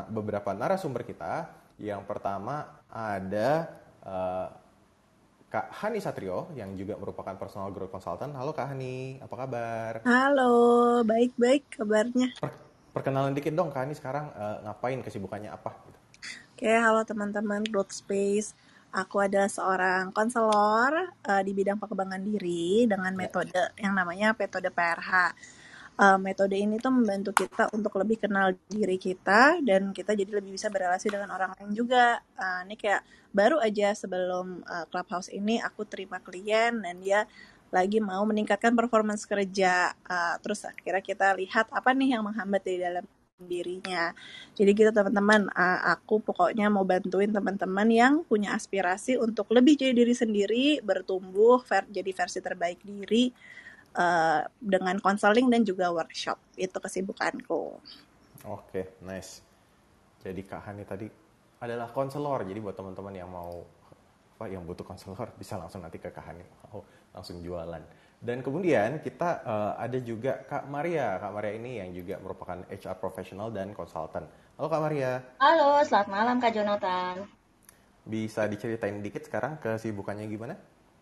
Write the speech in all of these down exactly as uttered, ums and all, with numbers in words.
sama beberapa narasumber kita. Yang pertama ada uh, Kak Hani Satrio yang juga merupakan personal growth consultant. Halo Kak Hani, apa kabar? Halo, baik-baik kabarnya. Per- perkenalan dikit dong Kak Hani sekarang uh, ngapain, kesibukannya apa? Gitu. Oke, halo teman-teman Growth Space. Aku adalah seorang konselor uh, di bidang pengembangan diri dengan Ya. metode yang namanya metode P R H. Uh, metode ini tuh membantu kita untuk lebih kenal diri kita dan kita jadi lebih bisa berrelasi dengan orang lain juga. Uh, ini kayak baru aja sebelum uh, Clubhouse ini aku terima klien dan dia lagi mau meningkatkan performance kerja. Uh, terus akhirnya kita lihat apa nih yang menghambat di dalam dirinya. Jadi gitu teman-teman, uh, aku pokoknya mau bantuin teman-teman yang punya aspirasi untuk lebih jadi diri sendiri, bertumbuh, ver- jadi versi terbaik diri, uh, dengan konseling dan juga workshop. Itu kesibukanku. Oke, nice. Jadi Kak Hani tadi adalah konselor. Jadi buat teman-teman yang mau apa yang butuh konselor bisa langsung nanti ke Kak Hani. Oh, langsung jualan. Dan kemudian kita uh, ada juga Kak Maria. Kak Maria ini yang juga merupakan H R professional dan konsultan. Halo Kak Maria. Halo, selamat malam Kak Jonathan. Bisa diceritain dikit sekarang kesibukannya gimana?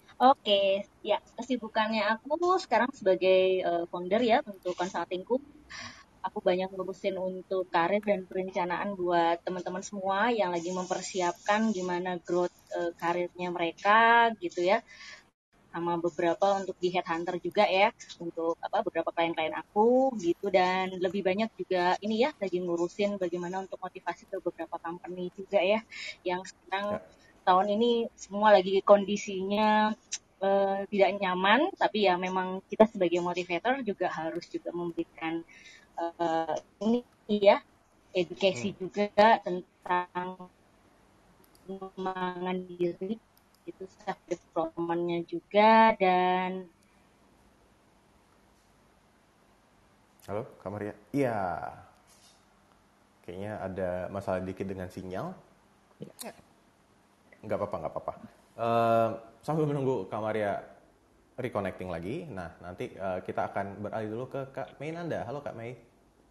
Oke, ya kesibukannya aku sekarang sebagai uh, founder ya untuk consultingku. Aku banyak ngurusin untuk karir dan perencanaan buat teman-teman semua yang lagi mempersiapkan gimana growth uh, karirnya mereka gitu ya. Sama beberapa untuk di headhunter juga ya, untuk apa beberapa klien-klien aku gitu, dan lebih banyak juga ini ya lagi ngurusin bagaimana untuk motivasi ke beberapa company juga ya yang sekarang Ya. tahun ini semua lagi kondisinya eh, tidak nyaman, tapi ya memang kita sebagai motivator juga harus juga memberikan eh, ini ya Hmm. edukasi juga tentang pengembangan diri, itu self development-nya juga. Dan Halo Kak Maria. Iya. Kayaknya ada masalah dikit dengan sinyal. Nggak apa-apa, nggak apa-apa. Eh, sambil menunggu Kak Maria reconnecting lagi, nah nanti eh, kita akan beralih dulu ke Kak Mei Nanda. Halo Kak Mei.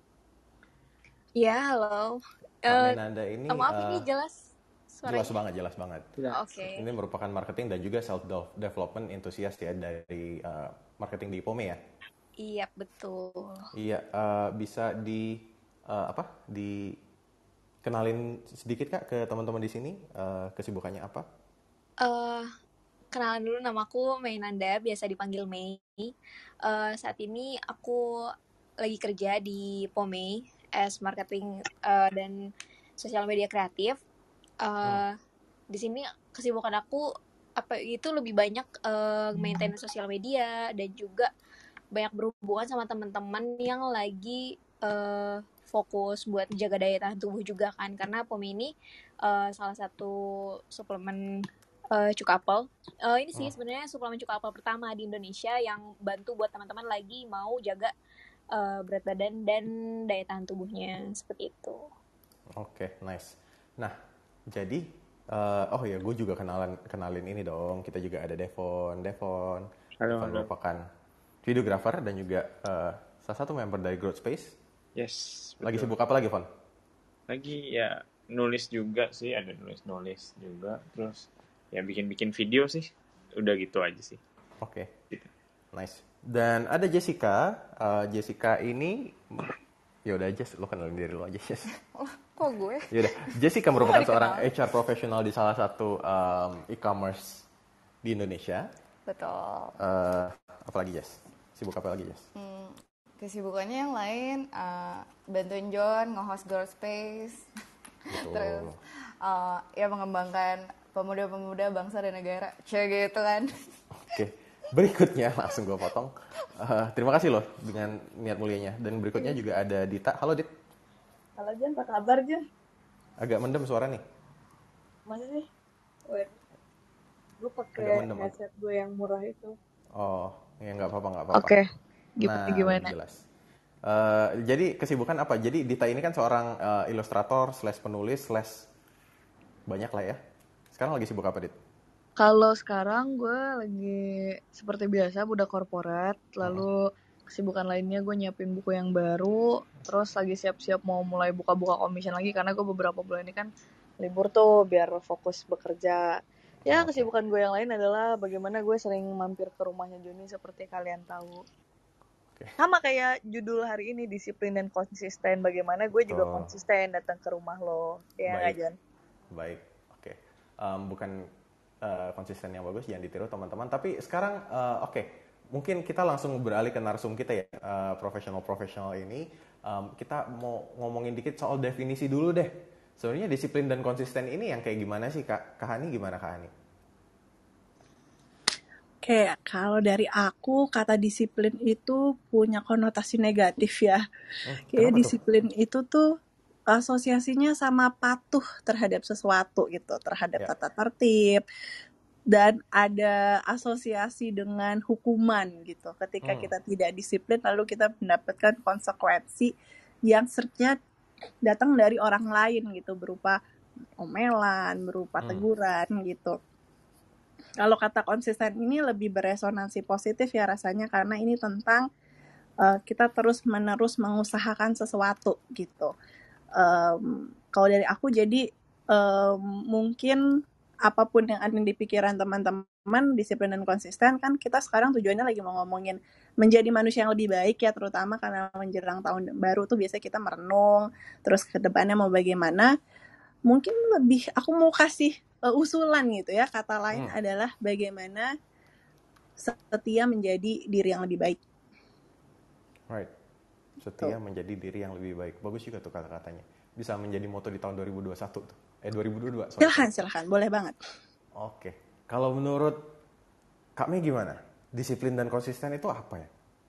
Ya, halo. Kak Mei Eh, Nanda uh, ini maaf ini eh, jelas jelas suaranya? banget, jelas banget. Oke. Ini merupakan marketing dan juga self development enthusiast ya dari eh, marketing di Ipome ya. Iya, betul. Iya, eh, bisa di eh, apa? Dikenalin sedikit Kak ke teman-teman di sini eh, kesibukannya apa? Eh, kenalan dulu, namaku Mei Nanda, biasa dipanggil Mei. Eh, saat ini aku lagi kerja di Pome as marketing eh, dan sosial media kreatif. Hmm. Eh, di sini kesibukan aku apa itu lebih banyak eh, maintain sosial media dan juga banyak berhubungan sama teman-teman yang lagi uh, fokus buat jaga daya tahan tubuh juga kan, karena P O M ini uh, salah satu suplemen uh, Cukapel. Uh, ini sih Oh, sebenarnya suplemen Cukapel pertama di Indonesia yang bantu buat teman-teman lagi mau jaga uh, berat badan dan daya tahan tubuhnya seperti itu. oke, nice. Nah, jadi eh, oh ya, gue juga kenalan kenalin ini dong. Kita juga ada Devon. Devon, Halo, Devon halo. merupakan videographer dan juga eh, salah satu member dari Growth Space. Yes, Lagi betul. sibuk apa lagi, Von? Lagi ya nulis juga sih, ada nulis-nulis juga. Terus ya bikin-bikin video sih. Udah gitu aja sih. Oke, Gitu. nice. Dan ada Jessica. Eh, Jessica ini, ya udah Jess, lo kenalin diri lo aja, Jess. Oh, kok gue? Ya udah, Jessica merupakan seorang H R profesional di salah satu um, e-commerce di Indonesia. Betul. Eh, apalagi Jess? Sibuk apa lagi Jess? Hmm, kesibukannya yang lain, uh, bantuin John nge-host Girl Space. Betul. Terus uh, ya mengembangkan pemuda-pemuda bangsa dan negara. Cewek gitu kan. Oke, berikutnya langsung gue potong. Eh, terima kasih loh dengan niat mulianya. Dan berikutnya juga ada Dita. Halo Dit. Halo Jan, apa kabar Jan? Agak mendem suara nih. Masa sih? Wait, gue Agak pakai mendem. headset gue yang murah itu. Oh, ya nggak apa-apa, nggak apa-apa. Oke, Nah, gimana? lebih jelas. Eh, jadi kesibukan apa? Jadi Dita ini kan seorang eh, ilustrator, slash penulis, slash banyak lah ya. Sekarang lagi sibuk apa Dit? Kalau sekarang gue lagi seperti biasa budak korporat, lalu kesibukan lainnya gue nyiapin buku yang baru, terus lagi siap-siap mau mulai buka-buka commission lagi karena gue beberapa bulan ini kan libur tuh biar fokus bekerja. Ya, Oke. kesibukan gue yang lain adalah bagaimana gue sering mampir ke rumahnya Joni seperti kalian tahu. Oke. Sama kayak judul hari ini, disiplin dan konsisten. Bagaimana gue juga Betul. konsisten datang ke rumah lo. Ya nggak, Baik. Jon? Baik. Oke. Em, bukan eh, konsisten yang bagus, jangan ditiru teman-teman. Tapi sekarang eh, oke, mungkin kita langsung beralih ke narsum kita ya, eh, profesional-profesional ini. Em, kita mau ngomongin dikit soal definisi dulu deh. Sebenarnya disiplin dan konsisten ini yang kayak gimana sih, Kak? Kak Hani gimana, Kak Hani? Oke, kalau dari aku, kata disiplin itu punya konotasi negatif ya. Hmm, Kayak kenapa tuh? disiplin itu tuh asosiasinya sama patuh terhadap sesuatu gitu, terhadap Ya. tata tertib, dan ada asosiasi dengan hukuman gitu. Ketika Hmm. kita tidak disiplin, lalu kita mendapatkan konsekuensi yang seringnya datang dari orang lain gitu, berupa omelan, berupa Hmm. teguran gitu. Kalau kata konsisten ini lebih beresonansi positif ya rasanya, karena ini tentang uh, kita terus-menerus mengusahakan sesuatu gitu. Um, kalau dari aku jadi um, mungkin apapun yang ada di pikiran teman-teman, disiplin dan konsisten, kan kita sekarang tujuannya lagi mau ngomongin menjadi manusia yang lebih baik ya, terutama karena menjelang tahun baru tuh biasanya kita merenung, terus ke depannya mau bagaimana. Mungkin lebih aku mau kasih uh, usulan gitu ya, kata lain Hmm. adalah bagaimana setia menjadi diri yang lebih baik. Right. Setia menjadi diri yang lebih baik. Bagus juga tuh kata-katanya. Bisa menjadi moto di tahun dua ribu dua puluh satu tuh. Eh dua ribu dua puluh dua, sorry. Silahkan, silahkan, boleh banget. Oke. Kalau menurut Kak Mei gimana? Disiplin dan konsisten itu apa ya?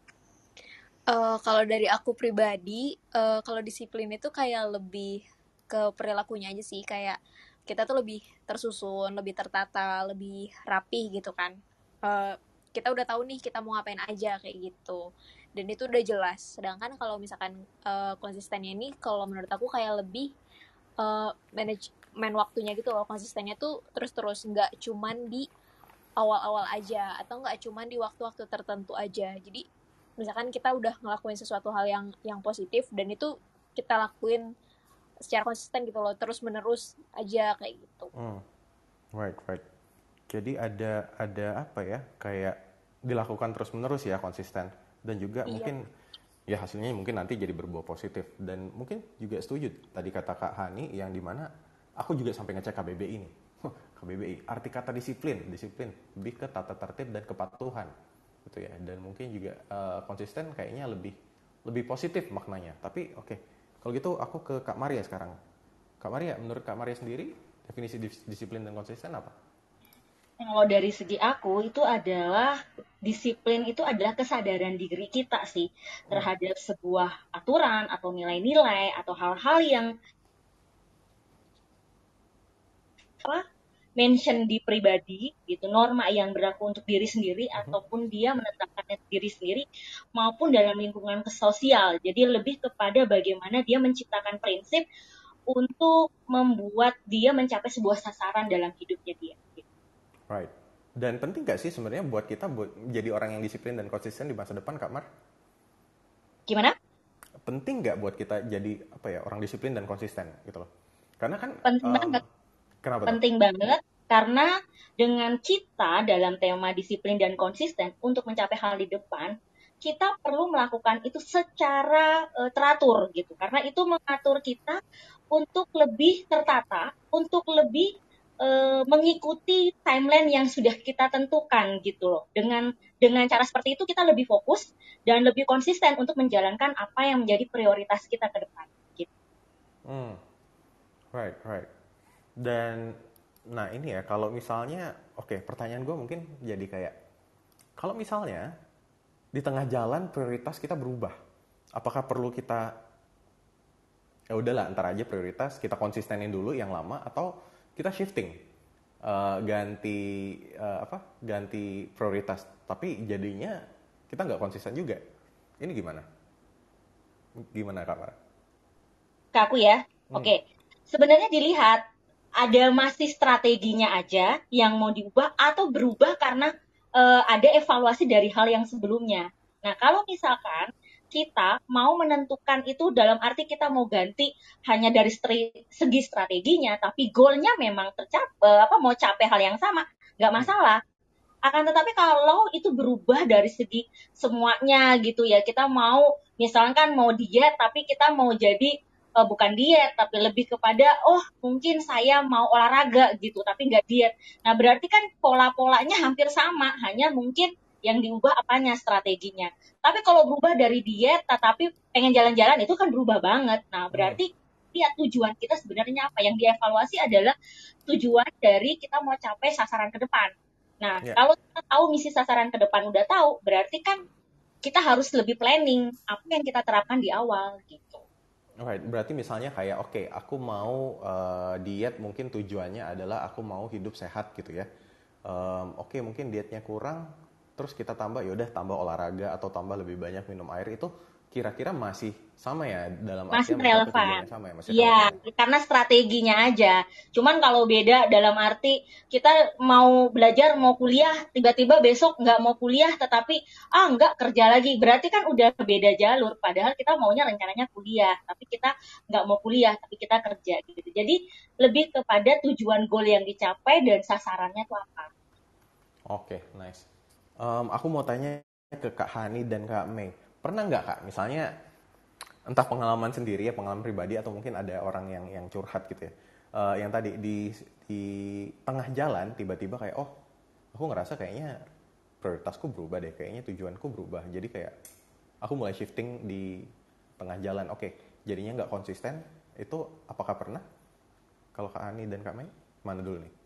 Eh, kalau dari aku pribadi, eh, kalau disiplin itu kayak lebih ke perilakunya aja sih, kayak kita tuh lebih tersusun, lebih tertata, lebih rapih gitu kan. Eh, kita udah tahu nih kita mau ngapain aja kayak gitu, dan itu udah jelas. Sedangkan kalau misalkan eh, konsistennya ini, kalau menurut aku kayak lebih eh, manajemen waktunya gitu loh. Konsistennya tuh terus-terus, nggak cuman di awal-awal aja, atau nggak cuman di waktu-waktu tertentu aja. Jadi misalkan kita udah ngelakuin sesuatu hal yang yang positif, dan itu kita lakuin secara konsisten gitu loh, terus menerus aja kayak gitu. Hmm. Right, right. Jadi ada ada apa ya? Kayak dilakukan terus-menerus ya, konsisten. Dan juga Iya. mungkin ya hasilnya mungkin nanti jadi berbuah positif. Dan mungkin juga setuju tadi kata Kak Hani yang dimana aku juga sampai ngecek K B B I nih. K B B I, arti kata disiplin, disiplin lebih ke tata tertib dan kepatuhan gitu ya. Dan mungkin juga uh, konsisten kayaknya lebih lebih positif maknanya. Tapi oke, okay. Kalau gitu aku ke Kak Maria sekarang. Kak Maria, menurut Kak Maria sendiri definisi dis- disiplin dan konsisten apa? Kalau dari segi aku, itu adalah disiplin itu adalah kesadaran diri kita sih terhadap sebuah aturan atau nilai-nilai atau hal-hal yang apa mention di pribadi gitu, norma yang berlaku untuk diri sendiri ataupun dia menetapkannya diri sendiri maupun dalam lingkungan sosial. Jadi lebih kepada bagaimana dia menciptakan prinsip untuk membuat dia mencapai sebuah sasaran dalam hidupnya dia. Right. Dan penting gak sih sebenarnya buat kita buat jadi orang yang disiplin dan konsisten di masa depan, Kak Mar? Gimana? Penting gak buat kita jadi apa ya, orang disiplin dan konsisten gitu loh? Karena kan Penting um, banget. Kenapa Penting tuh? banget karena dengan kita dalam tema disiplin dan konsisten untuk mencapai hal di depan, kita perlu melakukan itu secara uh, teratur gitu. Karena itu mengatur kita untuk lebih tertata, untuk lebih uh, mengikuti timeline yang sudah kita tentukan gitu loh. Dengan dengan cara seperti itu kita lebih fokus dan lebih konsisten untuk menjalankan apa yang menjadi prioritas kita ke depan gitu. Hmm. Right, right. Dan nah ini ya, kalau misalnya oke, okay, pertanyaan gue mungkin jadi kayak kalau misalnya di tengah jalan prioritas kita berubah, apakah perlu kita ya udahlah antar aja prioritas kita konsistenin dulu yang lama, atau kita shifting uh, ganti uh, apa ganti prioritas tapi jadinya kita nggak konsisten juga. Ini gimana? Gimana Kak Mara? Ke aku ya, Hmm. oke. Okay. Sebenarnya dilihat ada masih strateginya aja yang mau diubah atau berubah karena uh, ada evaluasi dari hal yang sebelumnya. Nah, kalau misalkan kita mau menentukan itu dalam arti kita mau ganti hanya dari stri- segi strateginya, tapi goalnya memang tercapai, apa mau capai hal yang sama, nggak Hmm. masalah. Akan tetapi kalau itu berubah dari segi semuanya gitu ya, kita mau misalkan mau diet tapi kita mau jadi eh, bukan diet tapi lebih kepada oh mungkin saya mau olahraga gitu tapi nggak diet. Nah berarti kan pola-polanya hampir sama, hanya mungkin yang diubah apanya strateginya. Tapi kalau berubah dari diet tetapi pengen jalan-jalan itu kan berubah banget. Nah Hmm. berarti lihat tujuan kita sebenarnya apa. Yang dievaluasi adalah tujuan dari kita mau capai sasaran ke depan. Nah, Ya. kalau kita tahu misi sasaran ke depan udah tahu, berarti kan kita harus lebih planning apa yang kita terapkan di awal gitu. Oke, berarti misalnya kayak oke, aku mau eh, diet mungkin tujuannya adalah aku mau hidup sehat gitu ya. Em, oke, mungkin dietnya kurang, terus kita tambah yaudah tambah olahraga atau tambah lebih banyak minum air itu kira-kira masih sama ya dalam Masih artian mencapai relevan. tujuannya sama ya, masih Iya, relevan ya. karena strateginya aja. Cuman kalau beda dalam arti kita mau belajar, mau kuliah, tiba-tiba besok nggak mau kuliah, tetapi ah nggak kerja lagi. Berarti kan udah beda jalur. Padahal kita maunya rencananya kuliah, tapi kita nggak mau kuliah, tapi kita kerja gitu. Jadi lebih kepada tujuan goal yang dicapai dan sasarannya itu apa. Oke, nice. Em, aku mau tanya ke Kak Hani dan Kak Mei. Pernah nggak Kak, misalnya entah pengalaman sendiri ya, pengalaman pribadi atau mungkin ada orang yang yang curhat gitu ya. Eh, yang tadi di di tengah jalan tiba-tiba kayak oh, aku ngerasa kayaknya prioritasku berubah deh, kayaknya tujuanku berubah. Jadi kayak aku mulai shifting di tengah jalan. Oke, jadinya nggak konsisten. Itu apakah pernah? Kalau Kak Hani dan Kak Mei, mana dulu nih?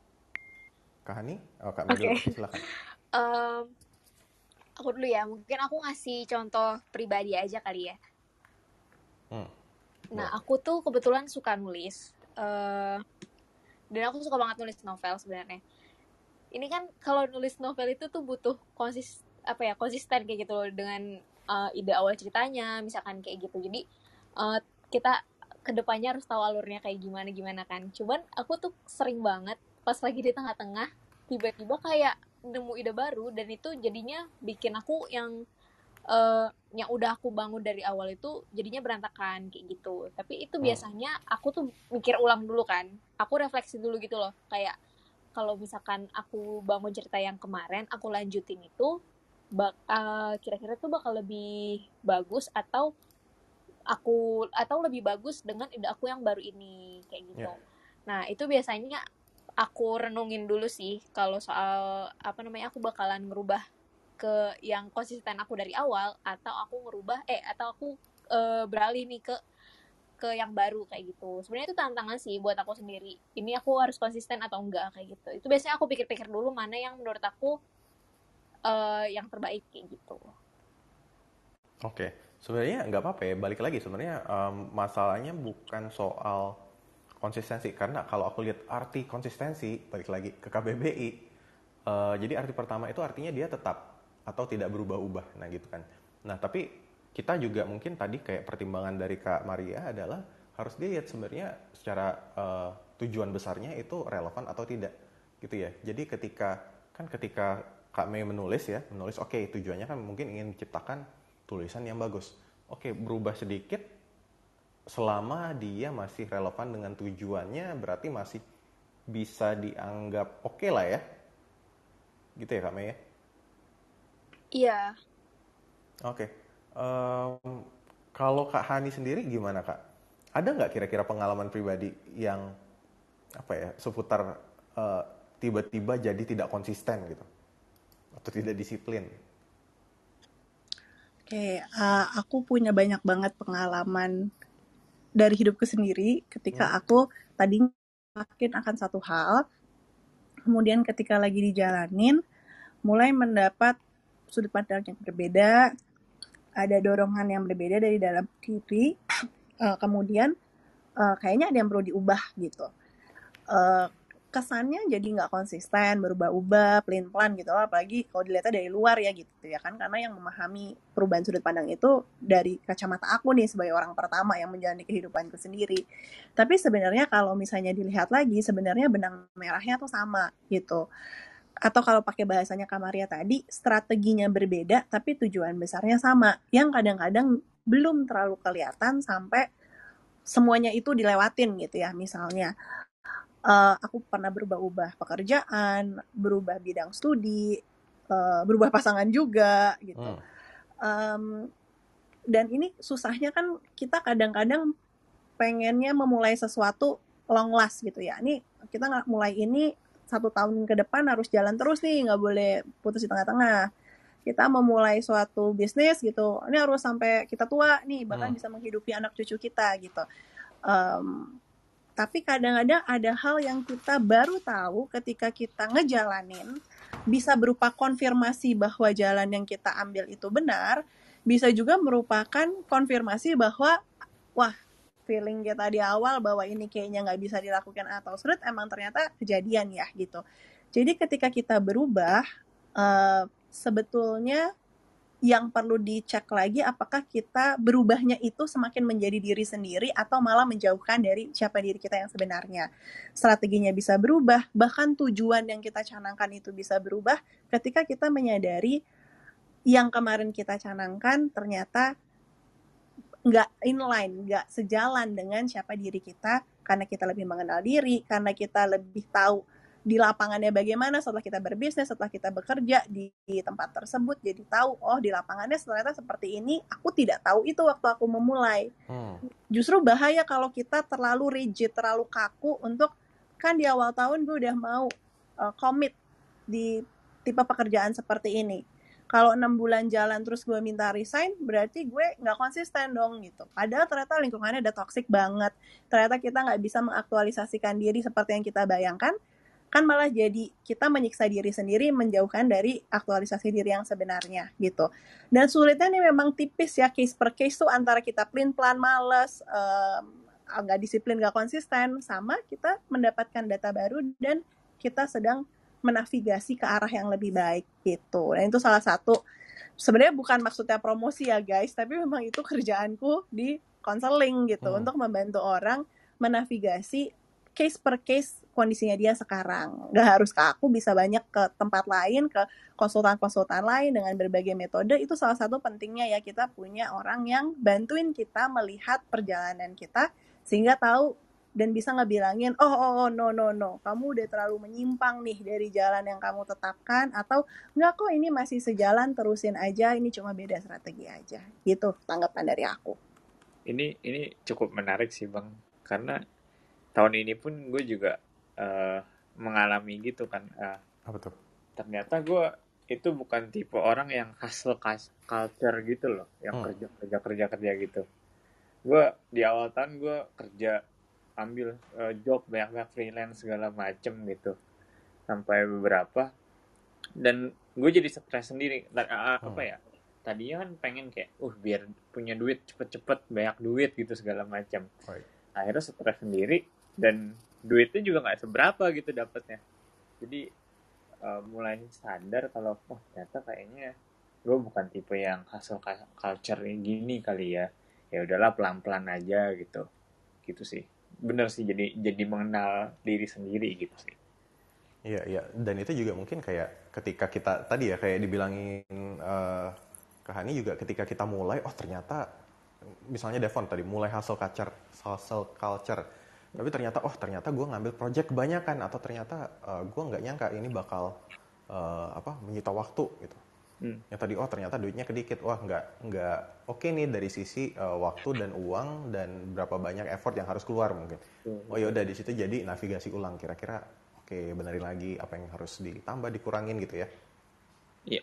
Kak Hani? Oh, Kak Mei Oke. dulu. Oke, silakan. Em, aku dulu ya, mungkin aku ngasih contoh pribadi aja kali ya. Hmm, Nah, boleh. aku tuh kebetulan suka nulis. Eh, dan aku suka banget nulis novel sebenarnya. Ini kan kalau nulis novel itu tuh butuh konsis apa ya konsisten kayak gitu loh dengan uh, ide awal ceritanya, misalkan kayak gitu. Jadi uh, kita kedepannya harus tahu alurnya kayak gimana gimana kan. Cuman aku tuh sering banget pas lagi di tengah-tengah tiba-tiba kayak nemu ide baru dan itu jadinya bikin aku yang uh, yang udah aku bangun dari awal itu jadinya berantakan kayak gitu. Tapi itu Hmm. biasanya aku tuh mikir ulang dulu kan. Aku refleksi dulu gitu loh. Kayak kalau misalkan aku bangun cerita yang kemarin, aku lanjutin itu, bak, uh, kira-kira tuh bakal lebih bagus atau aku atau lebih bagus dengan ide aku yang baru ini kayak gitu. Ya. Nah itu biasanya aku renungin dulu sih kalau soal apa namanya aku bakalan ngerubah ke yang konsisten aku dari awal atau aku ngerubah eh atau aku uh, beralih nih ke ke yang baru kayak gitu. Sebenarnya itu tantangan sih buat aku sendiri. Ini aku harus konsisten atau enggak kayak gitu. Itu biasanya aku pikir-pikir dulu mana yang menurut aku uh, yang terbaik kayak gitu. Oke, sebenarnya nggak apa-apa ya. Balik lagi sebenarnya em, masalahnya bukan soal konsistensi karena kalau aku lihat arti konsistensi balik lagi ke K B B I. eh, jadi arti pertama itu artinya dia tetap atau tidak berubah-ubah. Nah gitu kan. Nah tapi kita juga mungkin tadi kayak pertimbangan dari Kak Maria adalah harus dilihat sebenarnya secara eh, tujuan besarnya itu relevan atau tidak gitu ya. Jadi ketika kan ketika Kak Mei menulis ya, menulis oke tujuannya kan mungkin ingin menciptakan tulisan yang bagus. Oke, berubah sedikit selama dia masih relevan dengan tujuannya berarti masih bisa dianggap oke lah ya. Gitu ya Kak Mei ya? Iya. Oke. Em, kalau Kak Hani sendiri gimana Kak? Ada nggak kira-kira pengalaman pribadi yang apa ya seputar eh, tiba-tiba jadi tidak konsisten gitu atau tidak disiplin? Oke, uh, aku punya banyak banget pengalaman dari hidupku sendiri ketika Hmm. aku tadinya yakin akan satu hal, kemudian ketika lagi dijalanin, mulai mendapat sudut pandang yang berbeda, ada dorongan yang berbeda dari dalam diri, uh, kemudian uh, kayaknya ada yang perlu diubah gitu. Uh, kesannya jadi nggak konsisten, berubah-ubah, pelin-pelan gitu, apalagi kalau dilihatnya dari luar ya gitu ya kan, karena yang memahami perubahan sudut pandang itu dari kacamata aku nih sebagai orang pertama yang menjalani kehidupanku sendiri. Tapi sebenarnya kalau misalnya dilihat lagi, sebenarnya benang merahnya tuh sama gitu. atau kalau pakai bahasanya Kamaria tadi, strateginya berbeda tapi tujuan besarnya sama, yang kadang-kadang belum terlalu kelihatan sampai semuanya itu dilewatin gitu ya. Misalnya uh, aku pernah berubah-ubah pekerjaan, berubah bidang studi, uh, berubah pasangan juga gitu. Hmm. Um, dan ini susahnya kan kita kadang-kadang pengennya memulai sesuatu long last gitu ya. Ini kita nggak mulai ini satu tahun ke depan harus jalan terus nih, nggak boleh putus di tengah-tengah. Kita memulai suatu bisnis gitu, ini harus sampai kita tua nih, bahkan Hmm. bisa menghidupi anak cucu kita gitu. Um, tapi kadang-kadang ada hal yang kita baru tahu ketika kita ngejalanin, bisa berupa konfirmasi bahwa jalan yang kita ambil itu benar, bisa juga merupakan konfirmasi bahwa wah, feeling kita di awal bahwa ini kayaknya nggak bisa dilakukan atau sulit, emang ternyata kejadian ya gitu. Jadi ketika kita berubah, uh, sebetulnya yang perlu dicek lagi apakah kita berubahnya itu semakin menjadi diri sendiri atau malah menjauhkan dari siapa diri kita yang sebenarnya. Strateginya bisa berubah, bahkan tujuan yang kita canangkan itu bisa berubah ketika kita menyadari yang kemarin kita canangkan ternyata nggak inline, nggak sejalan dengan siapa diri kita, karena kita lebih mengenal diri, karena kita lebih tahu di lapangannya bagaimana setelah kita berbisnis, setelah kita bekerja di, di tempat tersebut, jadi tahu, oh di lapangannya ternyata seperti ini, aku tidak tahu itu waktu aku memulai. Hmm. Justru bahaya kalau kita terlalu rigid, terlalu kaku untuk, kan di awal tahun gue udah mau uh, commit di tipe pekerjaan seperti ini. Kalau enam bulan jalan terus gue minta resign, berarti gue nggak konsisten dong gitu. Padahal ternyata lingkungannya udah toksik banget. Ternyata kita nggak bisa mengaktualisasikan diri seperti yang kita bayangkan. Kan malah jadi kita menyiksa diri sendiri, menjauhkan dari aktualisasi diri yang sebenarnya gitu. Dan sulitnya nih memang tipis ya, case per case tuh antara kita plan-plan males, um, nggak disiplin, nggak konsisten, sama kita mendapatkan data baru dan kita sedang menavigasi ke arah yang lebih baik gitu. Dan itu salah satu, sebenarnya bukan maksudnya promosi ya guys, tapi memang itu kerjaanku di konseling gitu, Hmm. untuk membantu orang menavigasi case per case kondisinya dia sekarang. Gak harus ke aku, bisa banyak ke tempat lain, ke konsultan-konsultan lain dengan berbagai metode. Itu salah satu pentingnya ya, kita punya orang yang bantuin kita melihat perjalanan kita, sehingga tahu dan bisa ngebilangin, oh, oh, oh, no, no, no, kamu udah terlalu menyimpang nih dari jalan yang kamu tetapkan, atau enggak kok, ini masih sejalan, terusin aja, ini cuma beda strategi aja. Gitu tanggapan dari aku. Ini ini cukup menarik sih Bang, karena tahun ini pun gue juga uh, mengalami gitu kan. Uh, Apa tuh? ternyata gue itu bukan tipe orang yang hustle culture gitu loh, yang Hmm. kerja kerja kerja kerja gitu. Gue di awal tahun gue kerja, ambil uh, job banyak-banyak freelance segala macem gitu sampai beberapa, dan gue jadi stres sendiri. Uh, uh, Hmm. apa ya, tadinya kan pengen kayak uh biar punya duit cepet-cepet, banyak duit gitu segala macam. Right. Akhirnya stres sendiri dan duitnya juga nggak seberapa gitu dapatnya. Jadi uh, mulai sadar kalau oh ternyata kayaknya gue bukan tipe yang hustle culture gini kali ya. Ya udahlah, pelan-pelan aja gitu. Gitu sih. Bener sih, jadi jadi mengenal diri sendiri gitu sih. Iya, iya. Dan itu juga mungkin kayak ketika kita tadi ya kayak dibilangin uh, ke Hani juga, ketika kita mulai, oh ternyata misalnya Devon tadi mulai hustle culture, hustle culture. Tapi ternyata oh ternyata gue ngambil project kebanyakan, atau ternyata uh, gue nggak nyangka ini bakal uh, apa menyita waktu gitu. Hmm. Yang tadi oh ternyata duitnya kedikit, wah nggak nggak oke nih dari sisi uh, waktu dan uang dan berapa banyak effort yang harus keluar mungkin. Oh ya udah, di situ jadi navigasi ulang, kira-kira oke benerin lagi apa yang harus ditambah dikurangin gitu ya. Iya.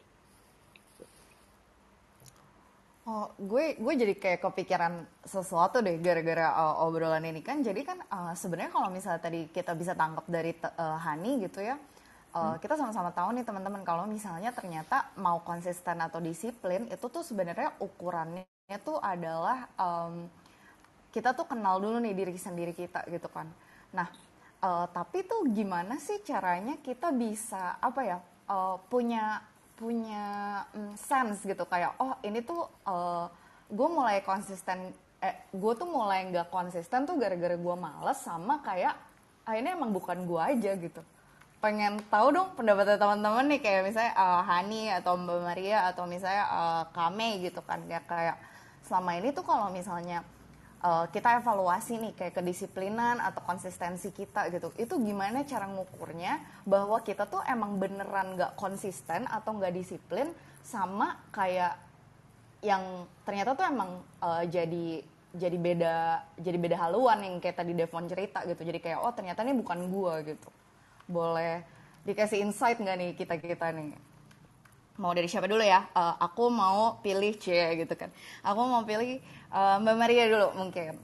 Oh, gue gue jadi kayak kepikiran sesuatu deh gara-gara uh, obrolan ini kan. Jadi kan uh, sebenarnya kalau misalnya tadi kita bisa tangkap dari uh, Hani gitu ya, uh, hmm. kita sama-sama tahu nih teman-teman kalau misalnya ternyata mau konsisten atau disiplin itu tuh sebenarnya ukurannya tuh adalah um, kita tuh kenal dulu nih diri sendiri kita gitu kan. Nah, uh, tapi tuh gimana sih caranya kita bisa apa ya uh, punya punya um, sense gitu kayak oh ini tuh uh, gue mulai konsisten eh gue tuh mulai nggak konsisten tuh gara-gara gue males, sama kayak ah ini emang bukan gue aja gitu. pengen tahu dong pendapatnya teman-teman nih, kayak misalnya uh, Hani atau Mbak Maria atau misalnya uh, Kame gitu kan, ya kayak selama ini tuh kalau misalnya uh, kita evaluasi nih kayak kedisiplinan atau konsistensi kita gitu, itu gimana cara ngukurnya bahwa kita tuh emang beneran nggak konsisten atau nggak disiplin, sama kayak yang ternyata tuh emang uh, jadi jadi beda jadi beda haluan yang kayak tadi Devon cerita gitu, jadi kayak oh ternyata ini bukan gua gitu. Boleh dikasih insight nggak nih kita-kita nih? Mau dari siapa dulu ya? Uh, aku mau pilih C gitu kan. Aku mau pilih uh, Mbak Maria dulu mungkin.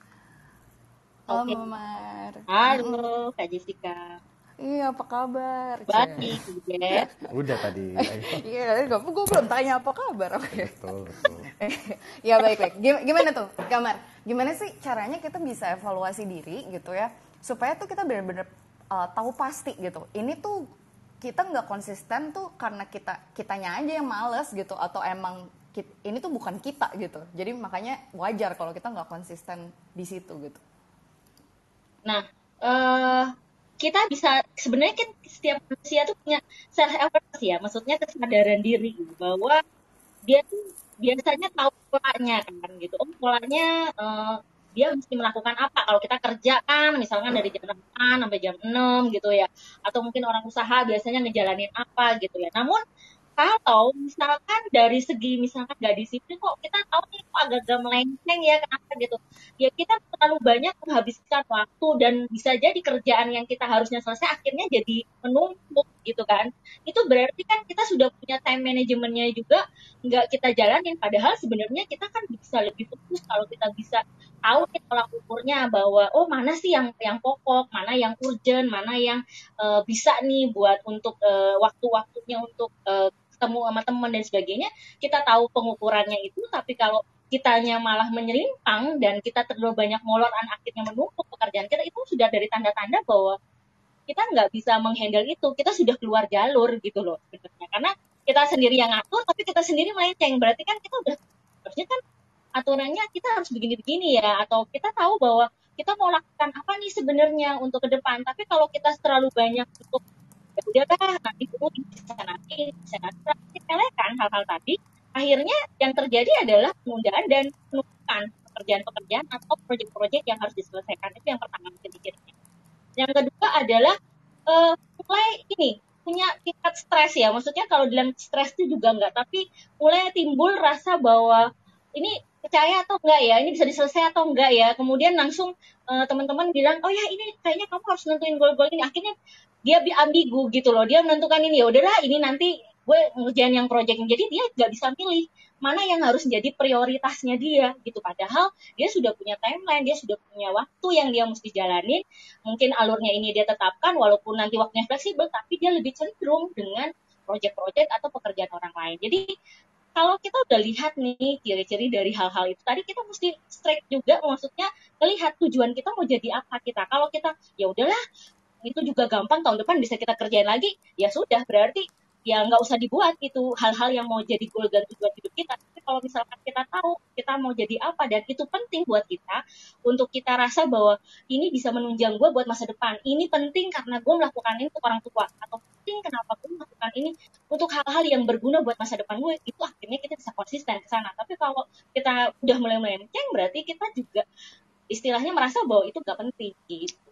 Halo Oke. Mbak Mar. Halo, Kak Jessica. Iya, apa kabar? Baik, Beb. Udah tadi. Ayo. Iya, gue belum tanya apa kabar. Oke. Betul, betul. Ya baik-baik. Gimana tuh, Kamar? Gimana sih caranya kita bisa evaluasi diri gitu ya, supaya tuh kita benar-benar uh, tahu pasti gitu. Ini tuh kita nggak konsisten tuh karena kita kitanya aja yang males gitu, atau emang kita, ini tuh bukan kita gitu. Jadi makanya wajar kalau kita nggak konsisten di situ gitu. Nah, uh, kita bisa sebenarnya kan setiap manusia tuh punya self awareness ya, maksudnya kesadaran diri gitu, bahwa dia tuh biasanya tahu polanya kan gitu. Oh, polanya uh, dia mesti melakukan apa kalau kita kerja kan, misalkan dari jam delapan sampai jam enam gitu ya. Atau mungkin orang usaha biasanya ngejalanin apa gitu ya. Namun kalau misalkan dari segi misalkan gak disiplin, kok kita tahu nih kok agak-agak melenceng ya, kenapa gitu. Ya kita terlalu banyak menghabiskan waktu dan bisa jadi kerjaan yang kita harusnya selesai akhirnya jadi menumpuk gitu kan. Itu berarti kan kita sudah punya time manajemennya juga nggak kita jalanin. Padahal sebenarnya kita kan bisa lebih fokus kalau kita bisa tahu nih tolak ukurnya, bahwa oh mana sih yang yang pokok, mana yang urgent, mana yang uh, bisa nih buat untuk uh, waktu-waktunya untuk uh, ketemu sama teman dan sebagainya. Kita tahu pengukurannya itu, tapi kalau kitanya malah menyerimpang dan kita terlalu banyak molor dan akhirnya menumpuk pekerjaan kita, itu sudah dari tanda-tanda bahwa kita nggak bisa menghandle itu, kita sudah keluar jalur gitu loh sebenarnya. Karena kita sendiri yang ngatur, tapi kita sendiri melenceng, berarti kan kita udah harusnya kan aturannya kita harus begini-begini ya, atau kita tahu bahwa kita mau lakukan apa nih sebenarnya untuk ke depan, tapi kalau kita terlalu banyak untuk ya udahlah nanti dulu bisa nanti bisa nanti sepelekan hal-hal tadi, akhirnya yang terjadi adalah penundaan dan penumpukan pekerjaan-pekerjaan atau proyek-proyek yang harus diselesaikan. Itu yang pertama mungkin dikiranya. Yang kedua adalah uh, mulai ini punya tingkat stres ya, maksudnya kalau bilang stres itu juga enggak, tapi mulai timbul rasa bahwa ini percaya atau enggak ya, ini bisa diselesaikan atau enggak ya, kemudian langsung uh, teman-teman bilang oh ya ini kayaknya kamu harus nentuin goal-goal ini, akhirnya dia ambigu gitu loh, dia menentukan ini ya udahlah ini nanti gue ngerjain yang project, jadi dia nggak bisa pilih mana yang harus jadi prioritasnya dia gitu. Padahal dia sudah punya timeline, dia sudah punya waktu yang dia mesti jalanin, mungkin alurnya ini dia tetapkan walaupun nanti waktunya fleksibel, tapi dia lebih cenderung dengan project-project atau pekerjaan orang lain. Jadi kalau kita udah lihat nih ciri-ciri dari hal-hal itu tadi, kita mesti strike juga, maksudnya melihat tujuan kita mau jadi apa kita. Kalau kita ya udahlah itu juga gampang, tahun depan bisa kita kerjain lagi, ya sudah, berarti ya nggak usah dibuat itu hal-hal yang mau jadi goal dan tujuan hidup kita. Tapi kalau misalkan kita tahu kita mau jadi apa dan itu penting buat kita, untuk kita rasa bahwa ini bisa menunjang gue buat masa depan, ini penting karena gue melakukan ini untuk orang tua, atau penting kenapa gue melakukan ini untuk hal-hal yang berguna buat masa depan gue, itu akhirnya kita bisa konsisten ke sana. Tapi kalau kita udah mulai melenceng, berarti kita juga istilahnya merasa bahwa itu nggak penting gitu.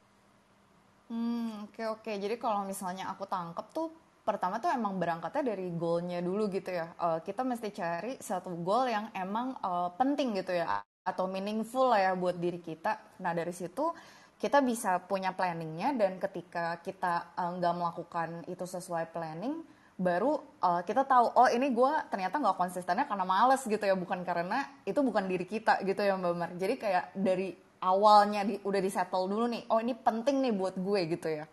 Hmm, oke oke. Jadi kalau misalnya aku tangkep tuh, pertama tuh emang berangkatnya dari goalnya dulu gitu ya. Uh, kita mesti cari satu goal yang emang uh, penting gitu ya, atau meaningful lah ya buat diri kita. Nah dari situ kita bisa punya planningnya, dan ketika kita uh, nggak melakukan itu sesuai planning, baru uh, kita tahu oh ini gue ternyata nggak konsistennya karena males gitu ya, bukan karena itu bukan diri kita gitu ya Mbak Mar. Jadi kayak dari awalnya di, udah disettle dulu nih, oh ini penting nih buat gue gitu ya.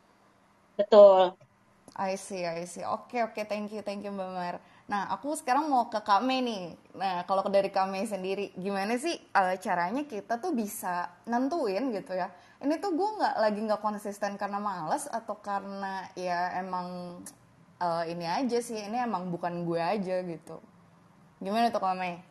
Betul. I see, I see. Oke, oke, thank you, thank you Mbak Mar. Nah, aku sekarang mau ke Kak Mei nih. Nah, kalau dari Kak Mei sendiri, gimana sih uh, caranya kita tuh bisa nentuin gitu ya, ini tuh gue nggak lagi nggak konsisten karena malas, atau karena ya emang uh, ini aja sih, ini emang bukan gue aja gitu. Gimana tuh Kak Mei?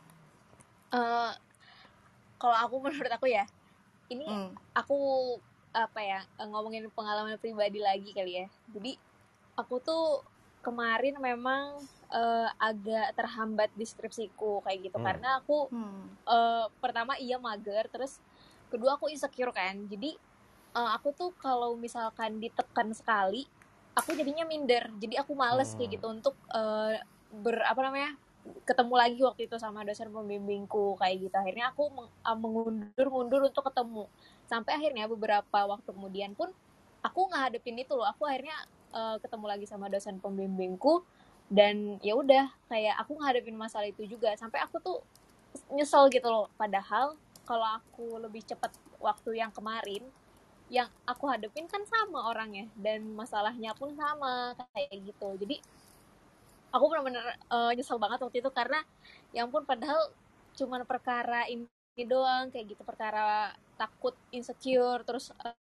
Uh, kalau aku menurut aku ya, ini hmm. aku apa ya eh, ngomongin pengalaman pribadi lagi kali ya. Jadi aku tuh kemarin memang eh, agak terhambat di skripsiku kayak gitu Hmm. karena aku Hmm. eh, pertama iya mager, terus kedua aku insecure kan. Jadi eh, aku tuh kalau misalkan ditekan sekali, aku jadinya minder. Jadi aku males kayak Hmm. gitu untuk eh, ber apa namanya ketemu lagi waktu itu sama dosen pembimbingku kayak gitu. Akhirnya aku meng- ah, mengundur-mundur untuk ketemu. Sampai akhirnya beberapa waktu kemudian pun aku ngadepin itu loh. Aku akhirnya eh, ketemu lagi sama dosen pembimbingku dan ya udah kayak aku ngadepin masalah itu juga. Sampai aku tuh nyesel gitu loh. Padahal kalau aku lebih cepat waktu yang kemarin, yang aku hadepin kan sama orangnya dan masalahnya pun sama kayak gitu. Jadi aku benar-benar eh, nyesel banget waktu itu karena ya ampun padahal cuman perkara ini doang kayak gitu, perkara takut insecure terus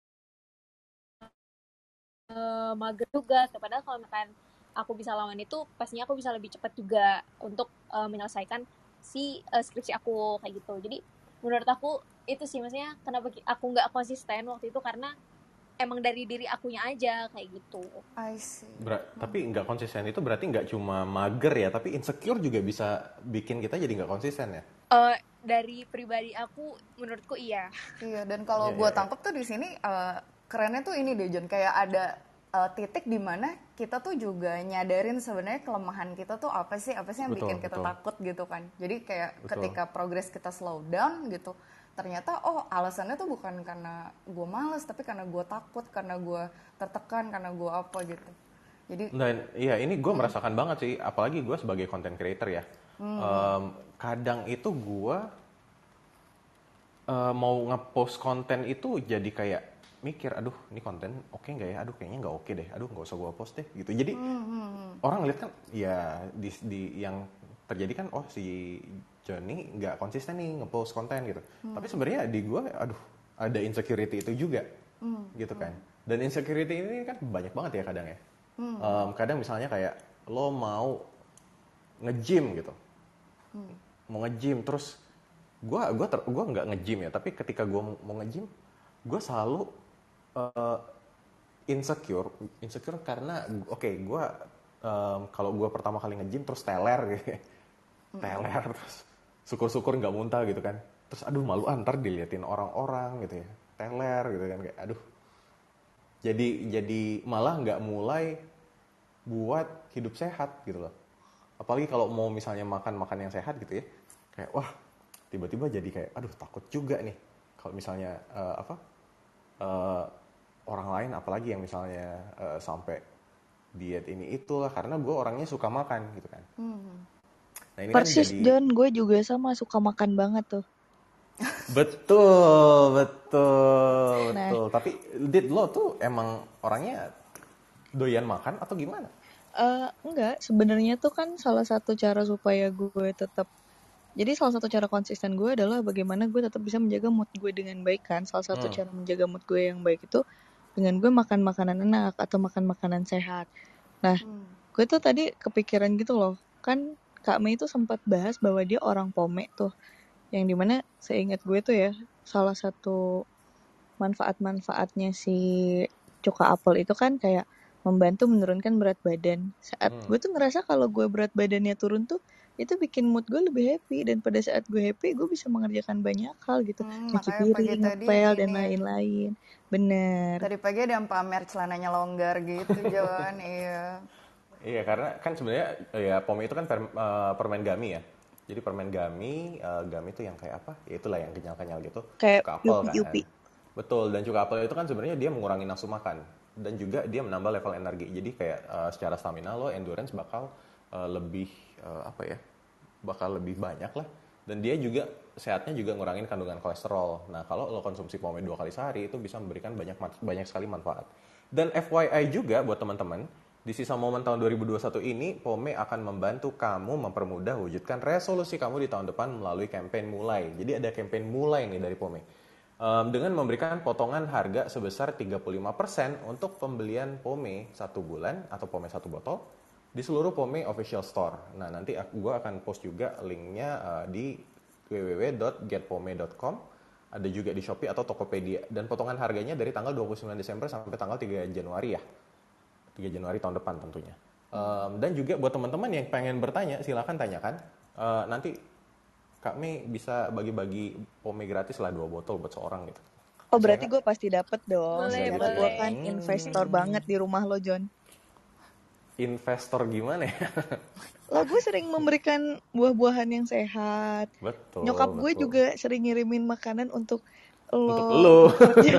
eh, mager juga. Padahal kalau misalkan aku bisa lawan itu pastinya aku bisa lebih cepat juga untuk eh, menyelesaikan si eh, skripsi aku kayak gitu. Jadi menurut aku itu sih maksudnya kenapa ki- aku nggak konsisten waktu itu karena emang dari diri akunya aja kayak gitu. I see. Ber- tapi nggak konsisten itu berarti nggak cuma mager ya, tapi insecure juga bisa bikin kita jadi nggak konsisten ya. Eh dari pribadi aku menurutku iya. Iya, dan kalau Iya, gue iya, iya. tangkap tuh di sini eh, kerennya tuh ini deh John, kayak ada eh, titik di mana kita tuh juga nyadarin sebenarnya kelemahan kita tuh apa sih, apa sih yang Betul, bikin kita betul. takut gitu kan. Jadi kayak Betul. ketika progres kita slow down gitu, ternyata oh alasannya tuh bukan karena gue males, tapi karena gue takut, karena gue tertekan, karena gue apa gitu. Jadi Dan iya ini gue merasakan banget sih, apalagi gue sebagai content creator ya. Em, kadang itu gue eh, mau ngepost konten itu jadi kayak mikir, aduh ini konten oke nggak ya, aduh kayaknya nggak oke deh, aduh nggak usah gue post deh gitu. Jadi orang lihat kan ya di, di yang terjadi kan, oh si Johnny nggak konsisten nih ngepost konten gitu. Tapi sebenarnya di gue, aduh ada insecurity itu juga gitu kan. Dan insecurity ini kan banyak banget ya kadang ya. Em, kadang misalnya kayak lo mau nge-gym gitu, mau nge-gym terus gue gua ter, gua nggak nge-gym ya, tapi ketika gue mau nge-gym gue selalu eh, insecure insecure karena oke gue kalau gue pertama kali nge-gym terus teler gitu ya. Teler terus syukur-syukur nggak muntah gitu kan, terus aduh malu antar diliatin orang-orang gitu ya, teler gitu kan, kayak aduh jadi jadi malah nggak mulai buat hidup sehat gitu loh. Apalagi kalau mau misalnya makan makan yang sehat gitu ya, kayak wah tiba-tiba jadi kayak aduh takut juga nih kalau misalnya eh, apa eh, orang lain, apalagi yang misalnya eh, sampai diet ini itulah, karena gue orangnya suka makan gitu kan. Nah ini kan Persis jadi John, gue juga sama suka makan banget tuh. betul betul Nah, betul. Tapi Dit, lo tuh emang orangnya doyan makan atau gimana? eh enggak, sebenarnya tuh kan salah satu cara supaya gue tetap, jadi salah satu cara konsisten gue adalah bagaimana gue tetap bisa menjaga mood gue dengan baik kan. Salah satu Hmm. cara menjaga mood gue yang baik itu dengan gue makan makanan enak atau makan makanan sehat. Nah, gue tuh tadi kepikiran gitu loh, kan Kak Mei tuh sempat bahas bahwa dia orang Pome tuh, yang dimana seingat gue tuh ya, salah satu manfaat-manfaatnya si cuka apel itu kan kayak membantu menurunkan berat badan. Saat Hmm. gue tuh ngerasa kalau gue berat badannya turun tuh, itu bikin mood gue lebih happy, dan pada saat gue happy gue bisa mengerjakan banyak hal gitu, Hmm, nyuci makanya pagi piring, tadi ngepel dan ini ya. lain-lain. Bener. Tadi pagi ada yang pamer celananya longgar gitu, John. Iya. Iya, karena kan sebenarnya eh, ya pome itu kan per- eh, permen gummy ya. Jadi permen gummy, eh, gummy itu yang kayak apa? Ya itulah yang kenyal-kenyal gitu. Kayak Cuka apel kan. yupi-yupi. Betul, dan cuka apel itu kan sebenarnya dia mengurangi nafsu makan dan juga dia menambah level energi. Jadi kayak eh, secara stamina lo endurance bakal eh, lebih eh, apa ya? Bakal lebih banyak lah. Dan dia juga sehatnya juga ngurangin kandungan kolesterol. Nah, kalau lo konsumsi pome dua kali sehari itu bisa memberikan banyak banyak sekali manfaat. Dan F Y I juga buat teman-teman, di sisa momen tahun dua ribu dua puluh satu ini, Pome akan membantu kamu mempermudah wujudkan resolusi kamu di tahun depan melalui campaign Mulai. Jadi ada campaign Mulai nih dari Pome. Um, dengan memberikan potongan harga sebesar tiga puluh lima persen untuk pembelian Pome satu bulan atau Pome satu botol di seluruh Pome official store. Nah, nanti gue akan post juga linknya uh, di w w w dot get pome dot com ada juga di Shopee atau Tokopedia. Dan potongan harganya dari tanggal dua puluh sembilan Desember sampai tanggal tiga Januari ya. tiga Januari tahun depan tentunya. Um, dan juga buat teman-teman yang pengen bertanya, silakan tanyakan. Uh, nanti Kak Mei bisa bagi-bagi pome gratis lah dua botol buat seorang gitu. Oh Masih berarti ingat? gue pasti dapet dong. Boleh, Secara gue boleh. kan investor banget di rumah lo, John. Investor gimana ya? Lah gue sering memberikan buah-buahan yang sehat. Betul. Nyokap gue betul. juga sering ngirimin makanan untuk Untuk lo lo. bekerja.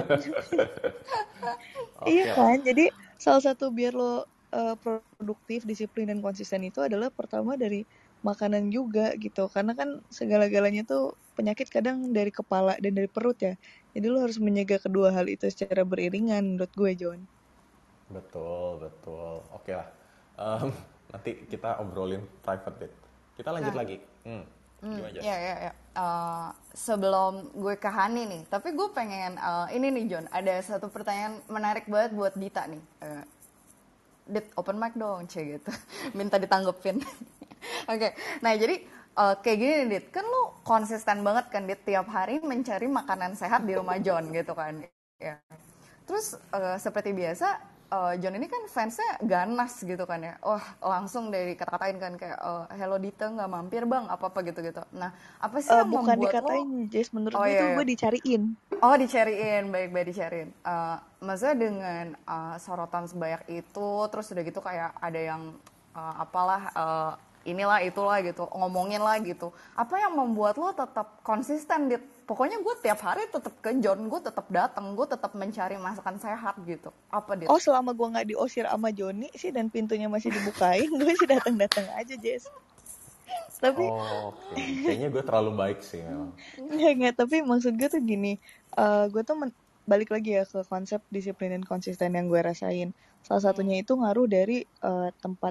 Oke Iya lah. kan? Jadi salah satu biar lo uh, produktif, disiplin dan konsisten itu adalah pertama dari makanan juga gitu. Karena kan segala-galanya tuh penyakit kadang dari kepala dan dari perut ya. Jadi lo harus menjaga kedua hal itu secara beriringan menurut gue, John. Betul, betul. Oke lah. Um, nanti kita obrolin private date. Kita lanjut Nah. lagi. Hmm. Hmm, Gimana, Jas? ya, ya, ya. Uh, sebelum gue ke Hani nih, tapi gue pengen uh, ini nih John, ada satu pertanyaan menarik banget buat Dita nih. Uh, Dit, open mic dong, cie gitu. Minta ditanggepin. Oke, nah jadi uh, kayak gini nih Dit, kan lu konsisten banget kan Dit tiap hari mencari makanan sehat di rumah John gitu kan. Ya. Terus uh, seperti biasa, uh, John ini kan fansnya ganas gitu kan ya. Wah langsung dari kata-katain kan kayak, uh, hello Dita nggak mampir bang, apa-apa gitu-gitu. Nah apa sih Uh, yang bukan membuat dikatain, lo... Jess. Menurut Oh gue itu iya, iya. gue dicariin. Oh dicariin, baik-baik dicariin. Uh, maksudnya dengan uh, sorotan sebanyak itu, terus udah gitu kayak ada yang uh, apalah uh, inilah itulah gitu, ngomongin lah gitu. Apa yang membuat lo tetap konsisten Dit? Pokoknya gue tiap hari tetap ke John, gue tetap datang, gue tetap mencari masakan sehat gitu. Apa Dit? Oh selama gue nggak diusir sama Joni sih dan pintunya masih dibukain, gue sih datang-datang aja, Jess. Tapi Oh, oke. Kayaknya gue terlalu baik sih memang. nggak nggak. Tapi maksud gue tuh gini, uh, gue tuh men- balik lagi ya ke konsep disiplin dan konsisten yang gue rasain. Salah satunya itu ngaruh dari uh, tempat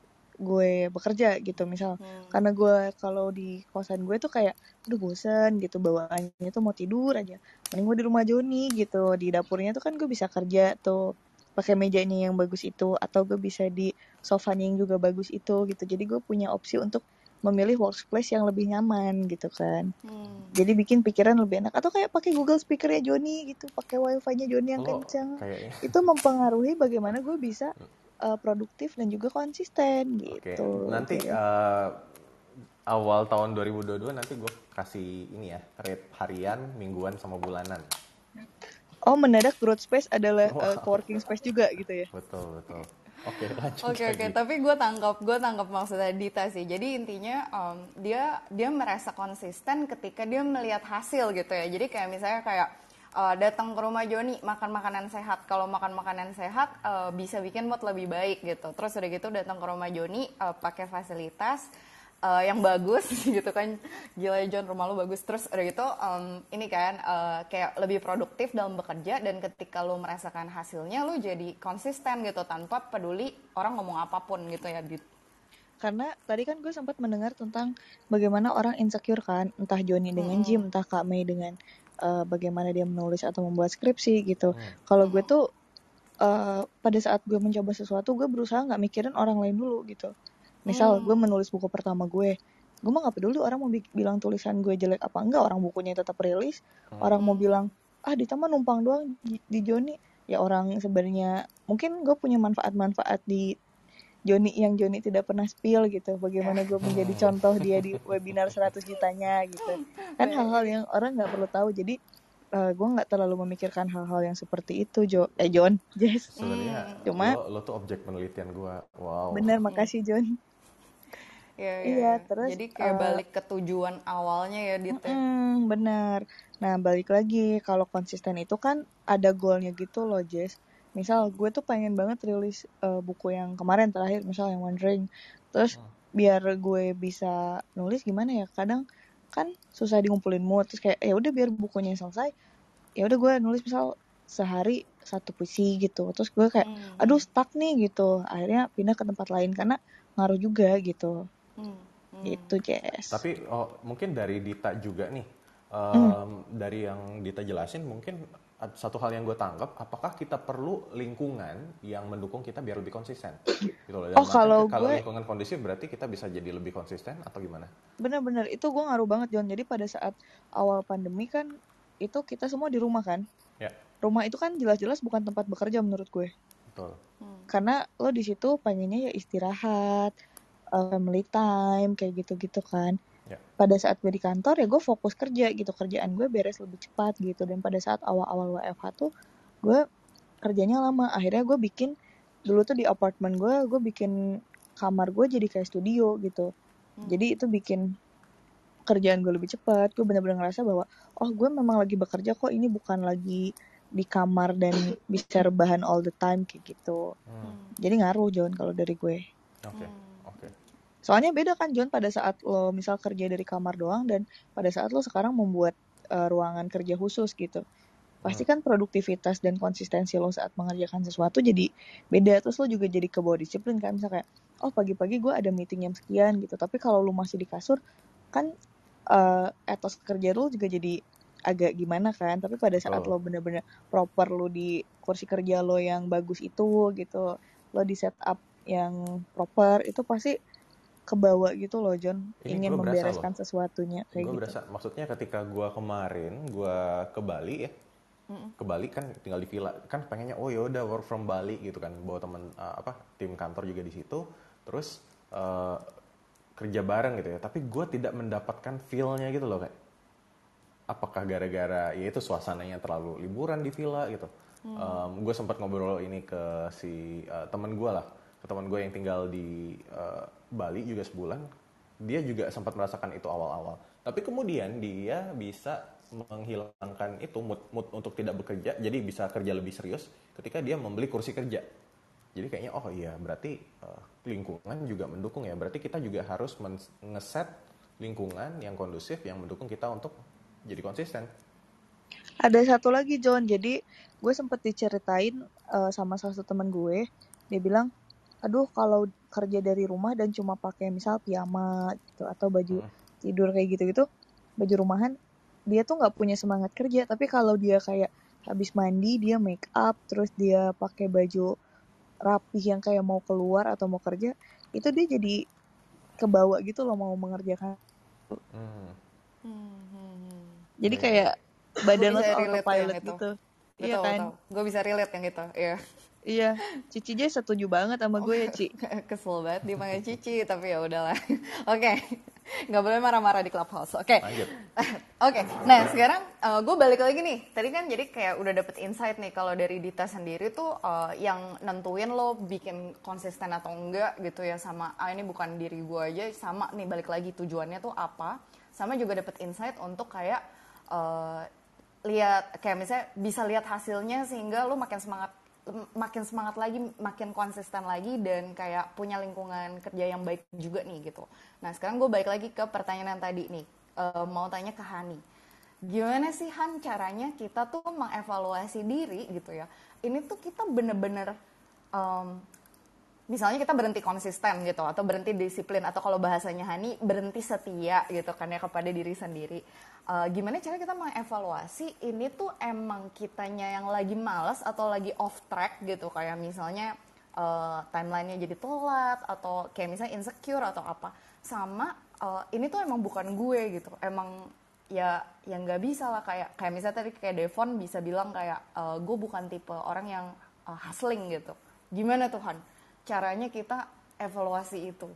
gue bekerja gitu, misal Hmm. karena gue kalau di kosan gue tuh kayak aduh bosen gitu, bawaannya tuh mau tidur aja, mending gue di rumah Joni gitu. Di dapurnya tuh kan gue bisa kerja tuh pakai mejanya yang bagus itu, atau gue bisa di sofanya yang juga bagus itu gitu. Jadi gue punya opsi untuk memilih workplace yang lebih nyaman gitu kan. Hmm. Jadi bikin pikiran lebih enak. Atau kayak pakai Google Speaker-nya Joni gitu, pakai wifi-nya Joni yang Lo kencang. kayaknya. Itu mempengaruhi bagaimana gue bisa uh, produktif dan juga konsisten Oke. gitu. Nanti Jadi, uh, awal tahun dua ribu dua puluh dua nanti gue kasih ini ya, rate harian, mingguan sama bulanan. oh mendadak growth space adalah uh, Wow. co-working space juga gitu ya. Betul, betul. Oke, lanjut Oke oke, lagi. tapi gue tangkap gue tangkap maksudnya Dita sih. Jadi intinya um, dia dia merasa konsisten ketika dia melihat hasil gitu ya. Jadi kayak misalnya kayak uh, datang ke rumah Joni makan makanan sehat. Kalau makan makanan sehat uh, bisa bikin mood lebih baik gitu. Terus udah gitu datang ke rumah Joni uh, pakai fasilitas uh, yang bagus gitu kan. Gila ya John, rumah lu bagus. Terus udah gitu um, ini kan uh, kayak lebih produktif dalam bekerja, dan ketika lu merasakan hasilnya lu jadi konsisten gitu tanpa peduli orang ngomong apapun gitu ya Dit. Karena tadi kan gue sempat mendengar tentang bagaimana orang insecure kan, entah Joni dengan gym, Mm-mm. entah Kak Mei dengan uh, bagaimana dia menulis atau membuat skripsi gitu. Hmm. Kalau gue Mm-mm. tuh uh, pada saat gue mencoba sesuatu, gue berusaha nggak mikirin orang lain dulu gitu. Misal gue Hmm. menulis buku pertama gue, gue mah nggak peduli orang mau bi- bilang tulisan gue jelek apa enggak, orang bukunya tetap rilis. Hmm. Orang mau Hmm. bilang ah Dita mah numpang doang di, di Joni, ya orang sebenarnya mungkin gue punya manfaat-manfaat di Joni yang Joni tidak pernah spill gitu. Bagaimana gue menjadi Hmm. contoh dia di webinar seratus jutanya gitu. Kan hal-hal yang orang nggak perlu tahu. Jadi uh, gue nggak terlalu memikirkan hal-hal yang seperti itu, Jo. Eh John, Jess. Sebenarnya Hmm. Cuma lo, lo tuh objek penelitian gue. Wow. bener, Hmm. makasih John. Iya, iya, Iya, iya. terus Jadi kayak uh, balik ke tujuan awalnya ya Dit ya. mm-mm, bener. Nah balik lagi, kalau konsisten itu kan ada goalnya gitu loh, Jess. Misal gue tuh pengen banget rilis uh, buku yang kemarin terakhir, misal yang Wondering. Terus Hmm. biar gue bisa nulis gimana ya? Kadang kan susah di ngumpulin mood. Terus kayak ya udah biar bukunya selesai, ya udah gue nulis misal sehari satu puisi gitu. Terus gue kayak Hmm. aduh stuck nih gitu. Akhirnya pindah ke tempat lain karena ngaruh juga gitu. Hmm. Hmm. Gitu, Jess. Tapi oh, mungkin dari Dita juga nih, Hmm. um, dari yang Dita jelasin mungkin ad- satu hal yang gue tangkap, apakah kita perlu lingkungan yang mendukung kita biar lebih konsisten? Gitu loh. Oh Dalam artian kalau ke- kalau gue lingkungan kondusif berarti kita bisa jadi lebih konsisten atau gimana? bener-bener itu gue ngaruh banget John. Jadi pada saat awal pandemi kan itu kita semua di rumah kan. Ya, Rumah itu kan jelas-jelas bukan tempat bekerja menurut gue. betul. Hmm. Karena lo di situ pengennya ya istirahat, uh, family time, kayak gitu-gitu kan. Ya. Pada saat gue di kantor ya gue fokus kerja gitu, kerjaan gue beres lebih cepat gitu. Dan pada saat awal-awal W F H tuh gue kerjanya lama. Akhirnya gue bikin, dulu tuh di apartemen gue, gue bikin kamar gue jadi kayak studio gitu. Hmm. Jadi itu bikin kerjaan gue lebih cepat. Gue benar-benar ngerasa bahwa oh gue memang lagi bekerja kok, ini bukan lagi di kamar dan bisa rebahan all the time kayak gitu. Hmm, Hmm. Jadi ngaruh John kalau dari gue. Oke, Hmm. oke. Soalnya beda kan John pada saat lo misal kerja dari kamar doang dan pada saat lo sekarang membuat uh, ruangan kerja khusus gitu. Pasti Hmm, kan produktivitas dan konsistensi lo saat mengerjakan sesuatu jadi beda. Terus lo juga jadi kebawa disiplin kan. Misal kayak, oh pagi-pagi gue ada meeting jam sekian gitu. Tapi kalau lo masih di kasur, kan uh, etos kerja lo juga jadi agak gimana kan. Tapi pada saat betul. lo bener-bener proper, lo di kursi kerja lo yang bagus itu gitu, lo di setup yang proper, itu pasti kebawa gitu loh John. Ini Ingin gue berasa loh. membereskan sesuatunya kayak Gue gitu. berasa, maksudnya ketika gue kemarin, gue ke Bali ya, Hmm. ke Bali kan tinggal di villa, kan pengennya oh yaudah work from Bali gitu kan, bawa temen uh, apa tim kantor juga di situ, terus uh, kerja bareng gitu ya. Tapi gue tidak mendapatkan feel-nya gitu loh, kayak apakah gara-gara ya itu suasananya terlalu liburan di villa gitu. Um, gue sempat ngobrol ini ke si uh, teman gue lah, ke teman gue yang tinggal di uh, Bali juga sebulan. Dia juga sempat merasakan itu awal-awal. Tapi kemudian dia bisa menghilangkan itu mood, mood untuk tidak bekerja, jadi bisa kerja lebih serius ketika dia membeli kursi kerja. Jadi kayaknya oh iya berarti uh, lingkungan juga mendukung ya. Berarti kita juga harus men- ngeset lingkungan yang kondusif yang mendukung kita untuk jadi konsisten. Ada satu lagi John, jadi gue sempet diceritain uh, sama salah satu teman gue, dia bilang, aduh kalau kerja dari rumah dan cuma pakai misal piyama gitu atau baju Hmm. tidur kayak gitu-gitu, baju rumahan, dia tuh nggak punya semangat kerja. Tapi kalau dia kayak habis mandi, dia make up, terus dia pakai baju rapih yang kayak mau keluar atau mau kerja, itu dia jadi kebawa gitu loh mau mengerjakan. Hmm. Hmm. Hmm. Jadi Ya, ya, kayak Gue badan lo bisa tuh relate yang autopilot itu. gitu. Iya Betul, kan? betul. Gue bisa relate yang itu. Iya. Iya, Cici J setuju banget sama gue ya, Ci. Kesel banget dipanggil Cici, tapi ya udahlah. Oke, nggak boleh marah-marah di Clubhouse. Oke, lanjut. oke. Nah sekarang uh, gue balik lagi nih. Tadi kan jadi kayak udah dapet insight nih kalau dari Dita sendiri tuh uh, yang nentuin lo bikin konsisten atau enggak gitu ya sama ah ini bukan diri gue aja, sama nih balik lagi tujuannya tuh apa. Sama juga dapet insight untuk kayak uh, lihat kayak misalnya bisa lihat hasilnya sehingga lo makin semangat makin semangat lagi, makin konsisten lagi dan kayak punya lingkungan kerja yang baik juga nih gitu. Nah sekarang gue balik lagi ke pertanyaan yang tadi nih, uh, mau tanya ke Hani. Gimana sih Han caranya kita tuh mengevaluasi diri gitu ya? Ini tuh kita bener-bener um, misalnya kita berhenti konsisten gitu atau berhenti disiplin atau kalau bahasanya Hani berhenti setia gitu kan ya kepada diri sendiri. Uh, gimana cara kita mengevaluasi ini tuh emang kitanya yang lagi malas atau lagi off track gitu, kayak misalnya uh, timelinenya jadi telat atau kayak misalnya insecure atau apa, sama uh, ini tuh emang bukan gue gitu, emang ya yang nggak bisa lah, kayak kayak misalnya tadi kayak Devon bisa bilang kayak uh, gue bukan tipe orang yang uh, hustling gitu. Gimana Tuhan caranya kita evaluasi itu?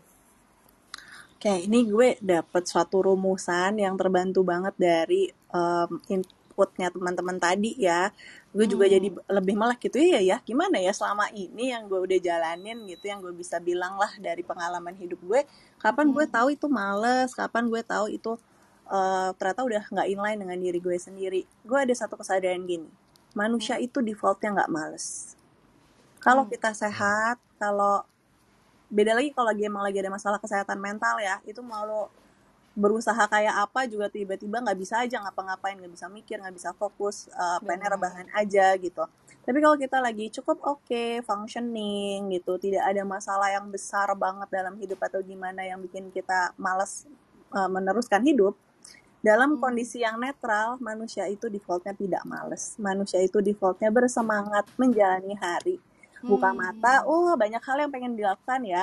Oke, ini gue dapet suatu rumusan yang terbantu banget dari um, inputnya teman-teman tadi ya. Gue juga Hmm. jadi lebih melek gitu ya ya. Gimana ya selama ini yang gue udah jalanin gitu, yang gue bisa bilang lah dari pengalaman hidup gue, kapan gue Hmm. tahu itu males, kapan gue tahu itu uh, ternyata udah nggak inline dengan diri gue sendiri. Gue ada satu kesadaran gini, manusia itu defaultnya nggak males. Kalau Hmm. kita sehat, kalau beda lagi kalau lagi emang lagi ada masalah kesehatan mental ya, itu mau lo berusaha kayak apa juga tiba-tiba nggak bisa aja ngapa-ngapain, nggak bisa mikir, nggak bisa fokus, uh, pengennya Benar. rebahan aja gitu. Tapi kalau kita lagi cukup oke, okay, functioning gitu, tidak ada masalah yang besar banget dalam hidup atau gimana yang bikin kita malas uh, meneruskan hidup, dalam Hmm. kondisi yang netral, manusia itu defaultnya tidak males. Manusia itu defaultnya bersemangat menjalani hari. Buka mata, Hmm. oh banyak hal yang pengen dilakukan ya.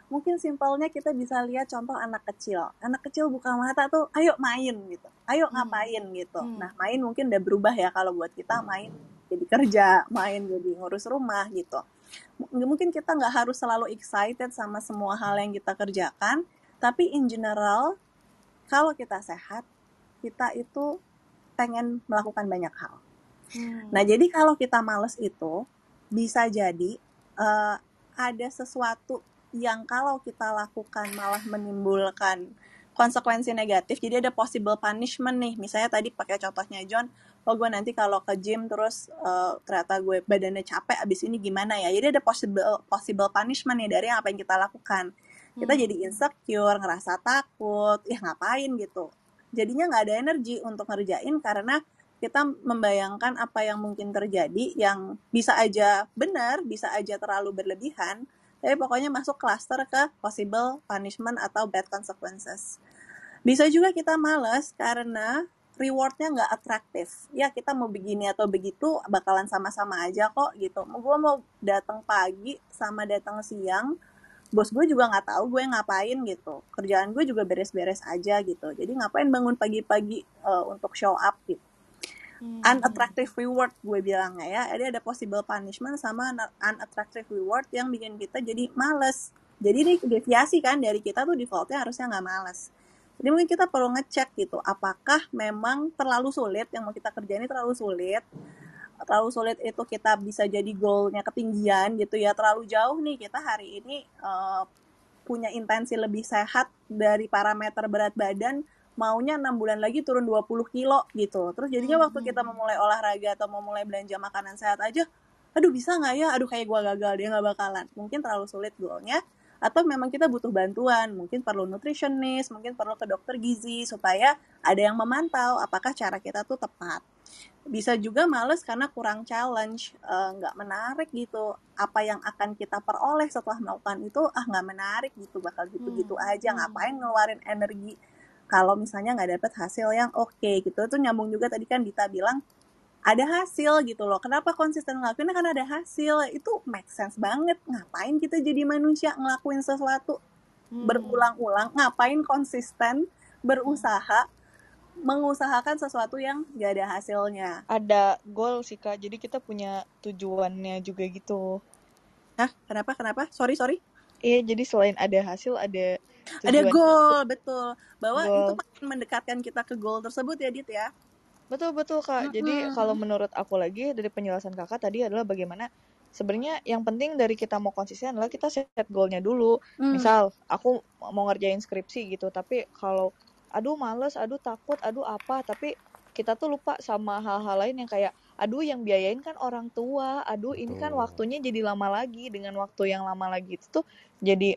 mungkin simpelnya kita bisa lihat contoh anak kecil. Anak kecil buka mata tuh, ayo main gitu, ayo ngapain gitu. Hmm. Nah main mungkin udah berubah ya, kalau buat kita main jadi kerja, main jadi ngurus rumah gitu. M- Mungkin kita nggak harus selalu excited sama semua hal yang kita kerjakan, tapi in general kalau kita sehat, kita itu pengen melakukan banyak hal. Hmm. Nah, jadi kalau kita males itu bisa jadi eh, ada sesuatu yang kalau kita lakukan malah menimbulkan konsekuensi negatif. Jadi ada possible punishment nih. Misalnya tadi pakai contohnya John, oh gue nanti kalau ke gym terus eh, ternyata gue badannya capek abis ini gimana ya. Jadi ada possible possible punishment nih dari apa yang kita lakukan. Kita Hmm. jadi insecure, ngerasa takut, ya ngapain gitu. Jadinya nggak ada energi untuk ngerjain karena kita membayangkan apa yang mungkin terjadi yang bisa aja benar, bisa aja terlalu berlebihan, tapi pokoknya masuk cluster ke possible punishment atau bad consequences. Bisa juga kita malas karena rewardnya nggak atraktif. Ya kita mau begini atau begitu bakalan sama-sama aja kok gitu. Gue mau datang pagi sama datang siang, bos gue juga nggak tahu gue ngapain gitu. Kerjaan gue juga beres-beres aja gitu. Jadi ngapain bangun pagi-pagi uh, untuk show up gitu. Hmm. Unattractive reward gue bilangnya ya. Jadi ada possible punishment sama unattractive reward yang bikin kita jadi males. Jadi ini deviasi kan dari kita tuh defaultnya harusnya nggak males. Jadi mungkin kita perlu ngecek gitu, apakah memang terlalu sulit yang mau kita kerjain ini terlalu sulit. Terlalu sulit itu kita bisa jadi goalnya ketinggian gitu ya, terlalu jauh nih kita hari ini uh, punya intensi lebih sehat dari parameter berat badan, maunya enam bulan lagi turun dua puluh kilo gitu. Terus jadinya waktu kita memulai olahraga atau mau mulai belanja makanan sehat aja, aduh bisa nggak ya, aduh kayak gue gagal, dia nggak bakalan. Mungkin terlalu sulit goalnya, atau memang kita butuh bantuan, mungkin perlu nutritionist, mungkin perlu ke dokter gizi supaya ada yang memantau apakah cara kita tuh tepat. Bisa juga males karena kurang challenge, eh, nggak menarik gitu. Apa yang akan kita peroleh setelah melakukan itu, ah nggak menarik gitu, bakal gitu-gitu aja. Ngapain ngeluarin energi kalau misalnya nggak dapet hasil yang oke gitu. Itu nyambung juga tadi kan Dita bilang, ada hasil gitu loh. Kenapa konsisten ngelakuinnya? Karena ada hasil. Itu make sense banget. Ngapain kita jadi manusia ngelakuin sesuatu berulang-ulang? Ngapain konsisten berusaha mengusahakan sesuatu yang gak ada hasilnya? Ada goal sih Kak, jadi kita punya tujuannya juga gitu. Hah? Kenapa? Kenapa? Sorry, sorry. Iya, jadi selain ada hasil, ada tujuan. Ada goal, betul. Bahwa Goal. itu makin mendekatkan kita ke goal tersebut ya, Dit ya? Betul-betul Kak, jadi kalau menurut aku lagi dari penjelasan Kakak tadi adalah bagaimana sebenarnya yang penting dari kita mau konsisten adalah kita set goalnya dulu. Hmm. Misal aku mau ngerjain skripsi gitu, tapi kalau aduh males, aduh takut, aduh apa, tapi kita tuh lupa sama hal-hal lain yang kayak aduh yang biayain kan orang tua, aduh ini kan Betul. waktunya jadi lama lagi, dengan waktu yang lama lagi itu tuh jadi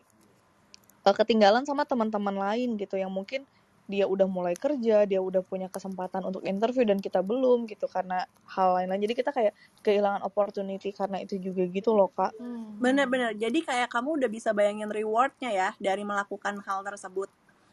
uh, ketinggalan sama teman-teman lain gitu yang mungkin dia udah mulai kerja, dia udah punya kesempatan untuk interview dan kita belum gitu karena hal lain-lain. Jadi kita kayak kehilangan opportunity karena itu juga gitu loh Kak. Bener-bener. Jadi kayak kamu udah bisa bayangin rewardnya ya dari melakukan hal tersebut.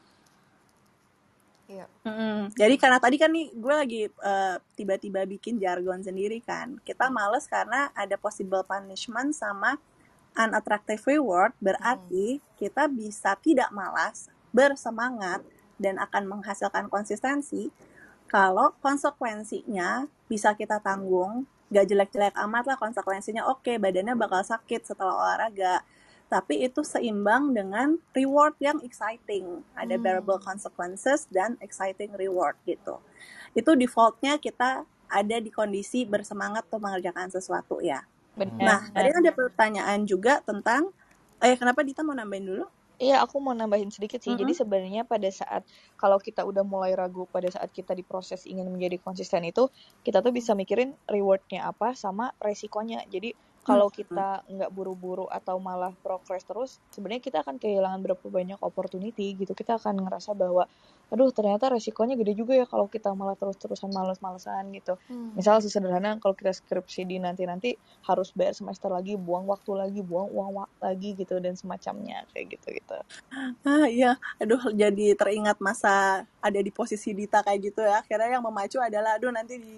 Iya. Mm-mm. Jadi karena tadi kan nih gue lagi uh, tiba-tiba bikin jargon sendiri kan. Kita males karena ada possible punishment sama unattractive reward. Berarti kita bisa tidak malas, bersemangat, dan akan menghasilkan konsistensi kalau konsekuensinya bisa kita tanggung. Gak jelek-jelek amat lah konsekuensinya. Oke, badannya bakal sakit setelah olahraga, tapi itu seimbang dengan reward yang exciting. Ada bearable consequences dan exciting reward gitu. Itu defaultnya kita ada di kondisi bersemangat untuk mengerjakan sesuatu ya. Benar. Nah, tadi ada pertanyaan juga tentang, eh kenapa Dita mau nambahin dulu? Iya, aku mau nambahin sedikit sih. Mm-mm. Jadi sebenarnya pada saat kalau kita udah mulai ragu pada saat kita diproses ingin menjadi konsisten itu, kita tuh bisa mikirin rewardnya apa sama resikonya. Jadi kalau kita nggak buru-buru atau malah progress terus, sebenarnya kita akan kehilangan berapa banyak opportunity gitu. Kita akan ngerasa bahwa, aduh ternyata resikonya gede juga ya kalau kita malah terus-terusan males-malesan gitu. Misal sesederhana kalau kita skripsi di nanti-nanti harus bayar semester lagi, buang waktu lagi, buang uang wa- lagi gitu dan semacamnya kayak gitu-gitu. Ah iya, aduh jadi teringat masa ada di posisi Dita kayak gitu ya. Akhirnya yang memacu adalah aduh nanti di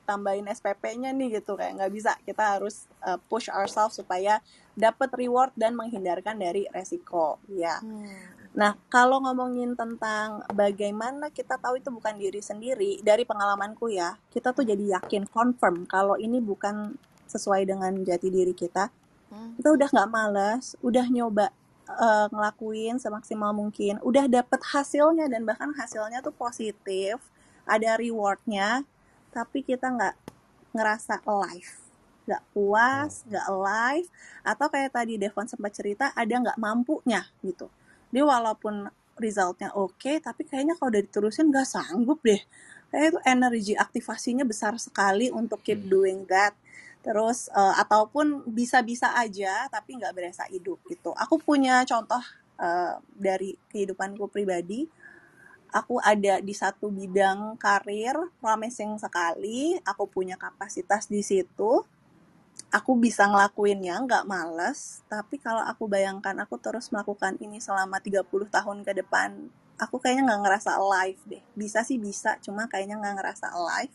ditambahin S P P-nya nih gitu, kayak nggak bisa, kita harus uh, push ourselves supaya dapat reward dan menghindarkan dari resiko ya. Hmm. Nah, kalau ngomongin tentang bagaimana kita tahu itu bukan diri sendiri, dari pengalamanku ya, kita tuh jadi yakin, confirm kalau ini bukan sesuai dengan jati diri kita. Hmm. Kita udah nggak malas, udah nyoba uh, ngelakuin semaksimal mungkin, udah dapet hasilnya dan bahkan hasilnya tuh positif, ada rewardnya, tapi kita nggak ngerasa alive, nggak puas, nggak alive, atau kayak tadi Devon sempat cerita, ada nggak mampunya gitu. Dia walaupun resultnya oke, okay, tapi kayaknya kalau udah diterusin nggak sanggup deh. Kayak itu energi aktivasinya besar sekali untuk keep doing that. Terus uh, ataupun bisa-bisa aja, tapi nggak berasa hidup gitu. Aku punya contoh uh, dari kehidupanku pribadi. Aku ada di satu bidang karir, promising sekali. Aku punya kapasitas di situ. Aku bisa ngelakuinnya, nggak males, tapi kalau aku bayangkan aku terus melakukan ini selama tiga puluh tahun ke depan, aku kayaknya nggak ngerasa alive deh. Bisa sih bisa, cuma kayaknya nggak ngerasa alive.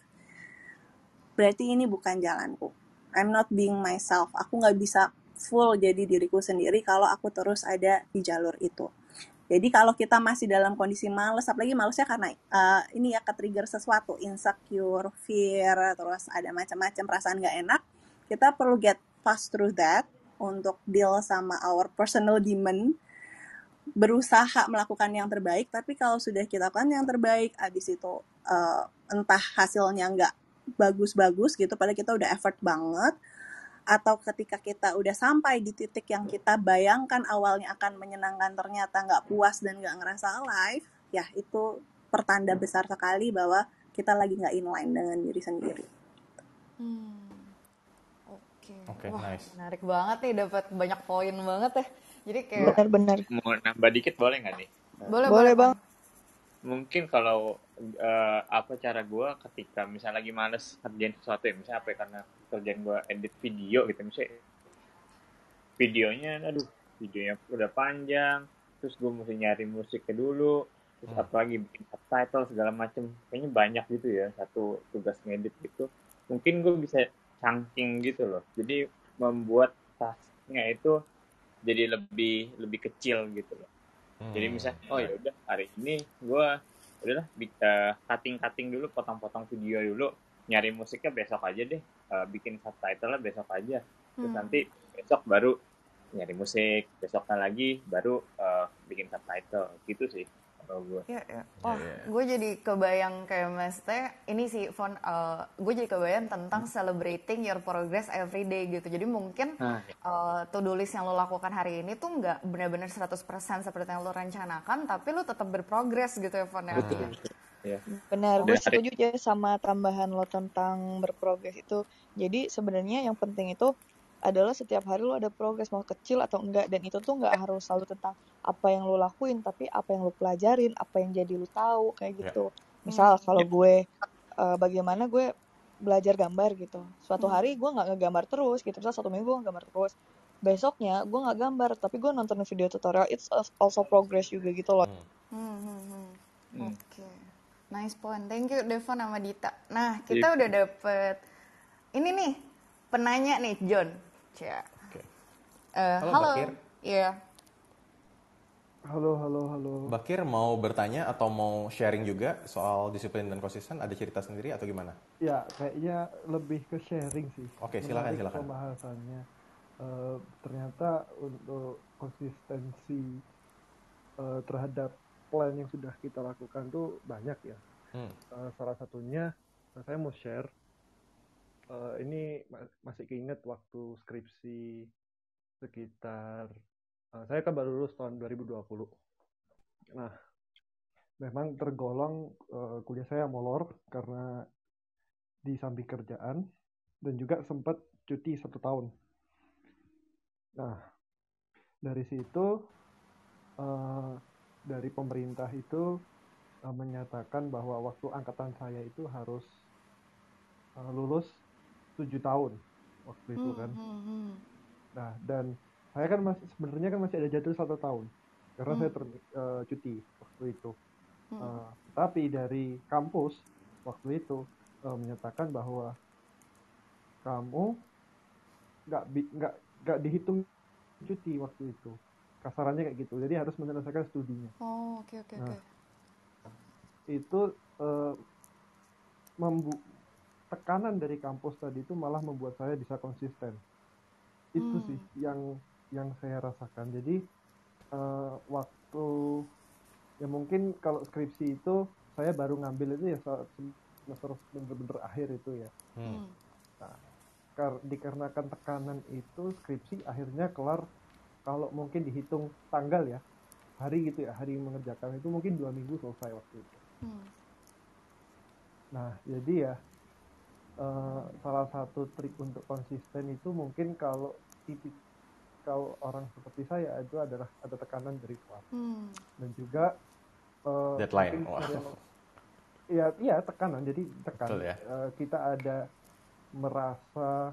Berarti ini bukan jalanku. I'm not being myself. Aku nggak bisa full jadi diriku sendiri kalau aku terus ada di jalur itu. Jadi kalau kita masih dalam kondisi males, apalagi malesnya karena uh, ini ya ke-trigger sesuatu, insecure, fear, terus ada macam-macam perasaan nggak enak, kita perlu get past through that untuk deal sama our personal demon, berusaha melakukan yang terbaik. Tapi kalau sudah kita lakukan yang terbaik, abis itu uh, entah hasilnya nggak bagus-bagus gitu, padahal kita udah effort banget, atau ketika kita udah sampai di titik yang kita bayangkan awalnya akan menyenangkan, ternyata nggak puas dan nggak ngerasa alive, ya itu pertanda besar sekali bahwa kita lagi nggak inline dengan diri sendiri. Hmm. Oke. Oke, Wah, nice. menarik banget nih, dapat banyak poin banget ya. Jadi kayak Benar-benar. Mau nambah dikit boleh nggak nih? boleh Boleh, boleh Bang. Mungkin kalau eh, apa cara gue ketika misalnya lagi males kerjain sesuatu ya, misalnya apa ya, karena kerjaan gue edit video gitu, misalnya videonya, aduh videonya udah panjang, terus gue mesti nyari musiknya dulu, terus Hmm. apalagi bikin subtitle segala macem, kayaknya banyak gitu ya satu tugas ngedit gitu. Mungkin gue bisa chunking gitu loh, jadi membuat tasknya itu jadi lebih lebih kecil gitu loh. Jadi Hmm. misalnya, oh ya udah hari ini gue udahlah uh, cutting cutting dulu, potong-potong video dulu, nyari musiknya besok aja deh, uh, bikin subtitle-nya besok aja, terus Hmm. nanti besok baru nyari musik, besoknya lagi baru uh, bikin subtitle gitu sih kalau gue. Iya, ya. Wah, Iya, iya. gue jadi kebayang kayak maksudnya ini sih, Fon, uh, gue jadi kebayang tentang celebrating your progress every day gitu. Jadi mungkin Nah, ya. uh, to-do list yang lo lakukan hari ini tuh nggak benar-benar seratus persen seperti yang lo rencanakan, tapi lo tetap berprogres gitu ya, Fon ya. Betul, betul. Ya. Benar, Dan gue hari setuju aja sama tambahan lo tentang berprogres itu. Jadi sebenarnya yang penting itu adalah setiap hari lo ada progres, mau kecil atau enggak, dan itu tuh nggak harus selalu tentang apa yang lo lakuin, tapi apa yang lo pelajarin, apa yang jadi lo tahu kayak Ya. gitu. Misal kalau ya. gue uh, bagaimana gue belajar gambar gitu, suatu Hmm. hari gue nggak ngegambar terus gitu, misal satu minggu gue ngegambar terus, besoknya gue nggak gambar tapi gue nonton video tutorial, it's also progress juga gitu loh. Hmm. Hmm, hmm, hmm. Hmm. Oke, nice point. Thank you Devon sama Dita. Nah, Jadi, kita udah dapet ini nih penanya nih, John. Cia. Oke. Eh, Halo, halo. Bakir. Iya. Halo, halo, halo. Bakir mau bertanya atau mau sharing juga soal disiplin dan konsisten? Ada cerita sendiri atau gimana? Ya, kayaknya lebih ke sharing sih. Oke, silakan, Menarik silakan. pembahasannya. Eh, ternyata untuk konsistensi eh, terhadap plan yang sudah kita lakukan tuh banyak ya. Hmm. Eh, salah satunya, eh, saya mau share. Eh, ini ma- masih keinget waktu skripsi sekitar, eh, saya kan baru lulus tahun dua ribu dua puluh. Nah, memang tergolong eh, kuliah saya molor karena di samping kerjaan dan juga sempat cuti satu tahun. Nah, dari situ eh, dari pemerintah itu eh, menyatakan bahwa waktu angkatan saya itu harus eh, lulus tujuh tahun waktu itu Hmm, kan. hmm, hmm. Nah, dan saya kan masih sebenarnya kan masih ada jadwal satu tahun karena saya Hmm, ter, eh, cuti waktu itu. hmm. Eh, tapi dari kampus waktu itu eh, menyatakan bahwa kamu nggak bi- nggak nggak dihitung cuti waktu itu, kasarannya kayak gitu. Jadi harus menyelesaikan studinya. Oh, oke oke Nah, oke. itu eh, membu- tekanan dari kampus tadi itu malah membuat saya bisa konsisten. Itu sih Hmm. yang yang saya rasakan. Jadi eh, waktu ya mungkin kalau skripsi itu saya baru ngambil itu ya saat semester bener-bener akhir itu ya. Hmm. Hmm. Nah, kar- dikarenakan tekanan itu skripsi akhirnya kelar, kalau mungkin dihitung tanggal ya, hari gitu ya, hari mengerjakan itu mungkin dua minggu selesai waktu itu. Hmm. Nah, jadi ya eh, salah satu trik untuk konsisten itu mungkin kalau tipik kalau orang seperti saya itu adalah ada tekanan dari luar Hmm. dan juga eh, Deadline. mungkin Wah. variabel- ya iya tekanan, jadi tekan. Betul ya. Eh, kita ada merasa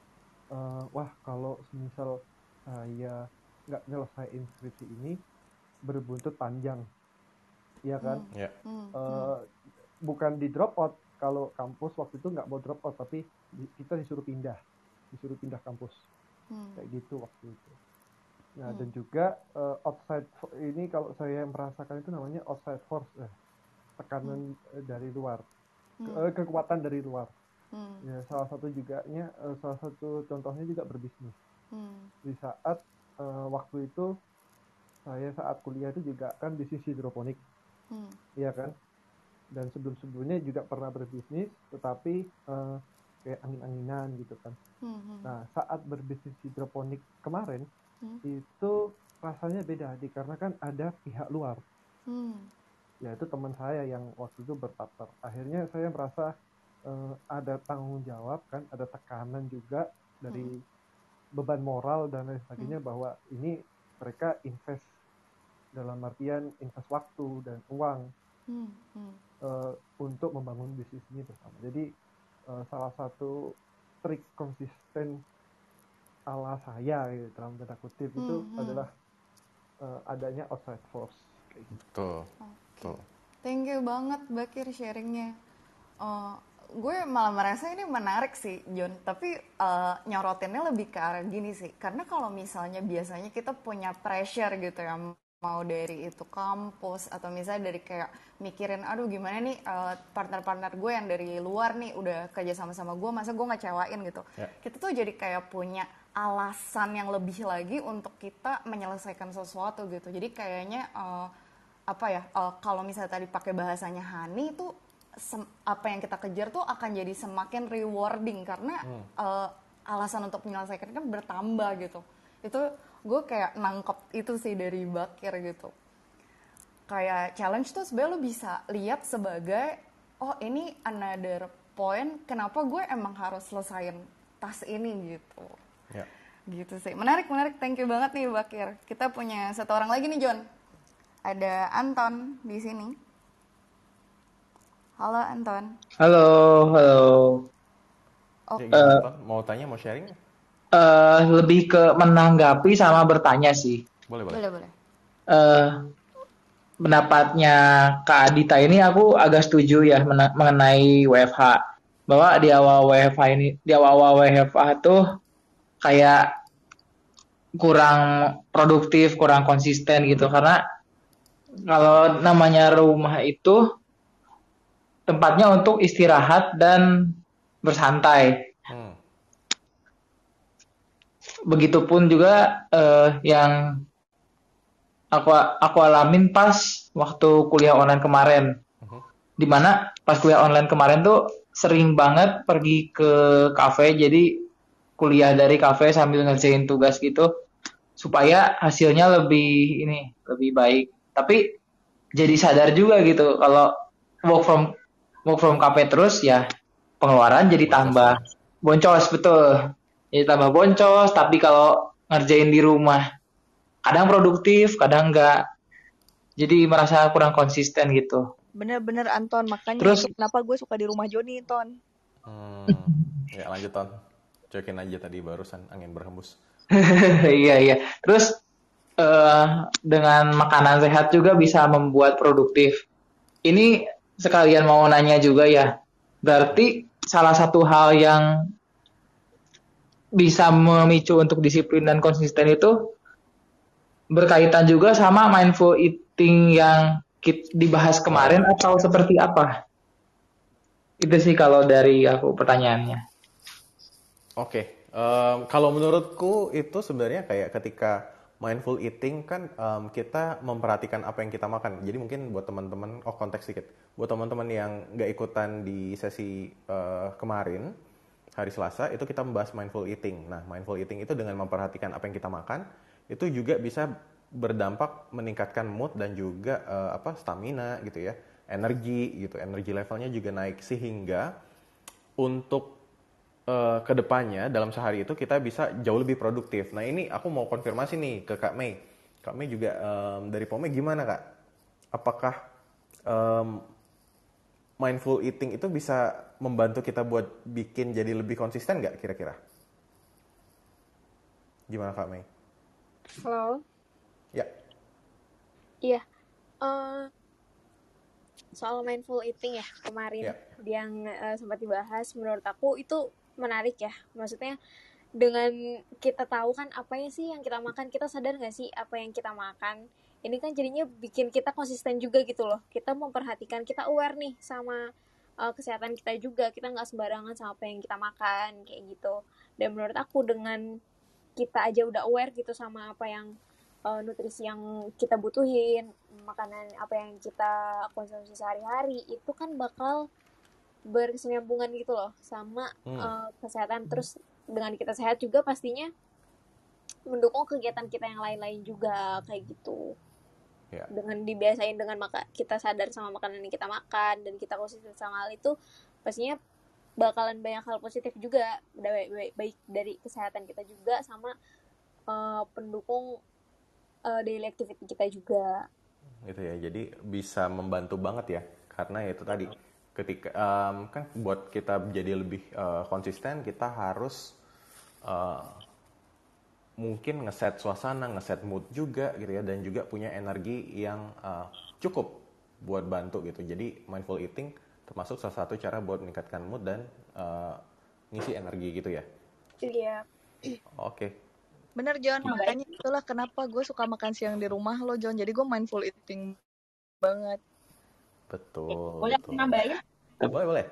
eh, wah kalau misal saya nggak nyelesain skripsi ini berbuntut panjang, iya kan? Hmm. Ya. Hmm. Hmm. Eh, bukan di drop out, kalau kampus waktu itu nggak mau drop out, tapi di- kita disuruh pindah disuruh pindah kampus Hmm. kayak gitu waktu itu. Nah, Hmm. dan juga eh, outside fo- ini kalau saya merasakan itu namanya outside force, eh, Hmm. tekanan eh, dari luar, Ke- Hmm. eh, kekuatan dari luar. Hmm. Ya, salah satu juga nya eh, salah satu contohnya juga berbisnis. Hmm. Di saat eh, waktu itu saya saat kuliah itu juga kan bisnis hidroponik, Hmm. iya kan? Dan sebelum-sebelumnya juga pernah berbisnis, tetapi eh, kayak angin-anginan gitu kan. Hmm. Hmm. Nah, saat berbisnis hidroponik kemarin Hmm. itu rasanya beda, dikarenakan ada pihak luar, Hmm. yaitu teman saya yang waktu itu berpartner. Akhirnya saya merasa eh, ada tanggung jawab kan, ada tekanan juga dari Hmm. beban moral dan lain Hmm. sebagainya, bahwa ini mereka invest, dalam artian invest waktu dan uang Hmm. Hmm. eh, untuk membangun bisnis ini bersama. Jadi eh, salah satu trik konsisten ala saya gitu, dalam tanda kutip itu Hmm. Hmm. adalah eh, adanya outside force kayak gitu. Betul. Oke. Betul. Thank you banget Bakir sharingnya. Eh, gue malah merasa ini menarik sih John, tapi eh, nyorotinnya lebih ke arah gini sih, karena kalau misalnya biasanya kita punya pressure gitu ya, mau dari itu kampus atau misalnya dari kayak mikirin aduh gimana nih eh, partner-partner gue yang dari luar nih udah kerja sama-sama gue, masa gue ngecewain gitu. Ya. Kita tuh jadi kayak punya alasan yang lebih lagi untuk kita menyelesaikan sesuatu gitu. Jadi kayaknya eh, apa ya, eh, kalau misalnya tadi pakai bahasanya Hani itu sem- apa yang kita kejar tuh akan jadi semakin rewarding karena Hmm. eh, alasan untuk menyelesaikan kan bertambah gitu. Itu gue kayak nangkep itu sih dari Bakir gitu. Kayak challenge tuh sebenarnya lo bisa lihat sebagai oh ini another point kenapa gue emang harus selesain tas ini gitu. Ya. Gitu sih. Menarik, menarik. Thank you banget nih Bakir. Kita punya satu orang lagi nih John. Ada Anton di sini. Halo Anton. Halo, halo. Oh, Ya, Eh, gimana, Ton? Mau tanya, mau sharing? eh, lebih ke menanggapi sama bertanya sih. Boleh, boleh. boleh, boleh. Eh, pendapatnya Kak Adita ini aku agak setuju ya mena- mengenai W F H. Bahwa di awal W F H ini, di awal-awal W F H tuh kayak kurang produktif, kurang konsisten gitu. Karena kalau namanya rumah itu tempatnya untuk istirahat dan bersantai. Hmm. Begitupun juga eh, yang aku aku alamin pas waktu kuliah online kemarin. Mhm. Dimana pas kuliah online kemarin tuh sering banget pergi ke kafe, jadi kuliah dari kafe sambil ngerjain tugas gitu supaya hasilnya lebih ini lebih baik. Tapi jadi sadar juga gitu kalau work from work from cafe terus ya pengeluaran jadi Boncos tambah ya. boncos, betul. Jadi tambah boncos, tapi kalau ngerjain di rumah kadang produktif, kadang enggak. Jadi merasa kurang konsisten gitu. Bener-bener Anton, makanya Terus itu kenapa gue suka di rumah Joni, Ton. Hmm. Ya, lanjut, Ton. Cuekin aja tadi barusan angin berhembus. iya iya. Terus eh, dengan makanan sehat juga bisa membuat produktif. Ini sekalian mau nanya juga ya. Berarti salah satu hal yang bisa memicu untuk disiplin dan konsisten itu berkaitan juga sama mindful eating yang kita dibahas kemarin atau seperti apa? Itu sih kalau dari aku pertanyaannya. Oke, em, kalau menurutku itu sebenarnya kayak ketika mindful eating kan em, kita memperhatikan apa yang kita makan. Jadi mungkin buat teman-teman, oh konteks sedikit, buat teman-teman yang nggak ikutan di sesi eh, kemarin hari Selasa itu kita membahas mindful eating. Nah, mindful eating itu dengan memperhatikan apa yang kita makan itu juga bisa berdampak meningkatkan mood dan juga eh, apa stamina gitu ya, energi gitu, energi levelnya juga naik sehingga untuk eh, kedepannya dalam sehari itu kita bisa jauh lebih produktif. Nah ini aku mau konfirmasi nih ke Kak Mei. Kak Mei juga em, dari Pome gimana Kak? Apakah em, mindful eating itu bisa membantu kita buat bikin jadi lebih konsisten nggak kira-kira? Gimana Kak Mei? Halo. Ya. Iya. Eh, soal mindful eating ya kemarin Ya. yang eh, sempat dibahas, menurut aku itu menarik ya. Maksudnya dengan kita tahu kan apa ya sih yang kita makan, kita sadar nggak sih apa yang kita makan? Ini kan jadinya bikin kita konsisten juga gitu loh. Kita memperhatikan, kita aware nih sama uh, kesehatan kita juga. Kita nggak sembarangan sama apa yang kita makan kayak gitu. Dan menurut aku dengan kita aja udah aware gitu sama apa yang uh, nutrisi yang kita butuhin, makanan apa yang kita konsumsi sehari-hari, itu kan bakal berkesinambungan gitu loh sama Hmm. uh, kesehatan. Terus dengan kita sehat juga pastinya mendukung kegiatan kita yang lain-lain juga kayak gitu. Ya. Dengan dibiasain dengan maka kita sadar sama makanan yang kita makan dan kita konsisten sama hal itu, pastinya bakalan banyak hal positif juga, baik, baik, baik dari kesehatan kita juga sama uh, pendukung uh, daily activity kita juga. Gitu ya, jadi bisa membantu banget ya karena itu tadi ketika em, kan buat kita jadi lebih eh, konsisten kita harus eh, mungkin ngeset suasana, ngeset mood juga gitu ya dan juga punya energi yang eh, cukup buat bantu gitu. Jadi mindful eating termasuk salah satu cara buat meningkatkan mood dan eh, ngisi energi gitu ya. Iya. Oke. Bener John, makanya itulah kenapa gue suka makan siang di rumah lo John. Jadi gue mindful eating banget. Betul. Boleh betul. nambahin? Boleh, boleh.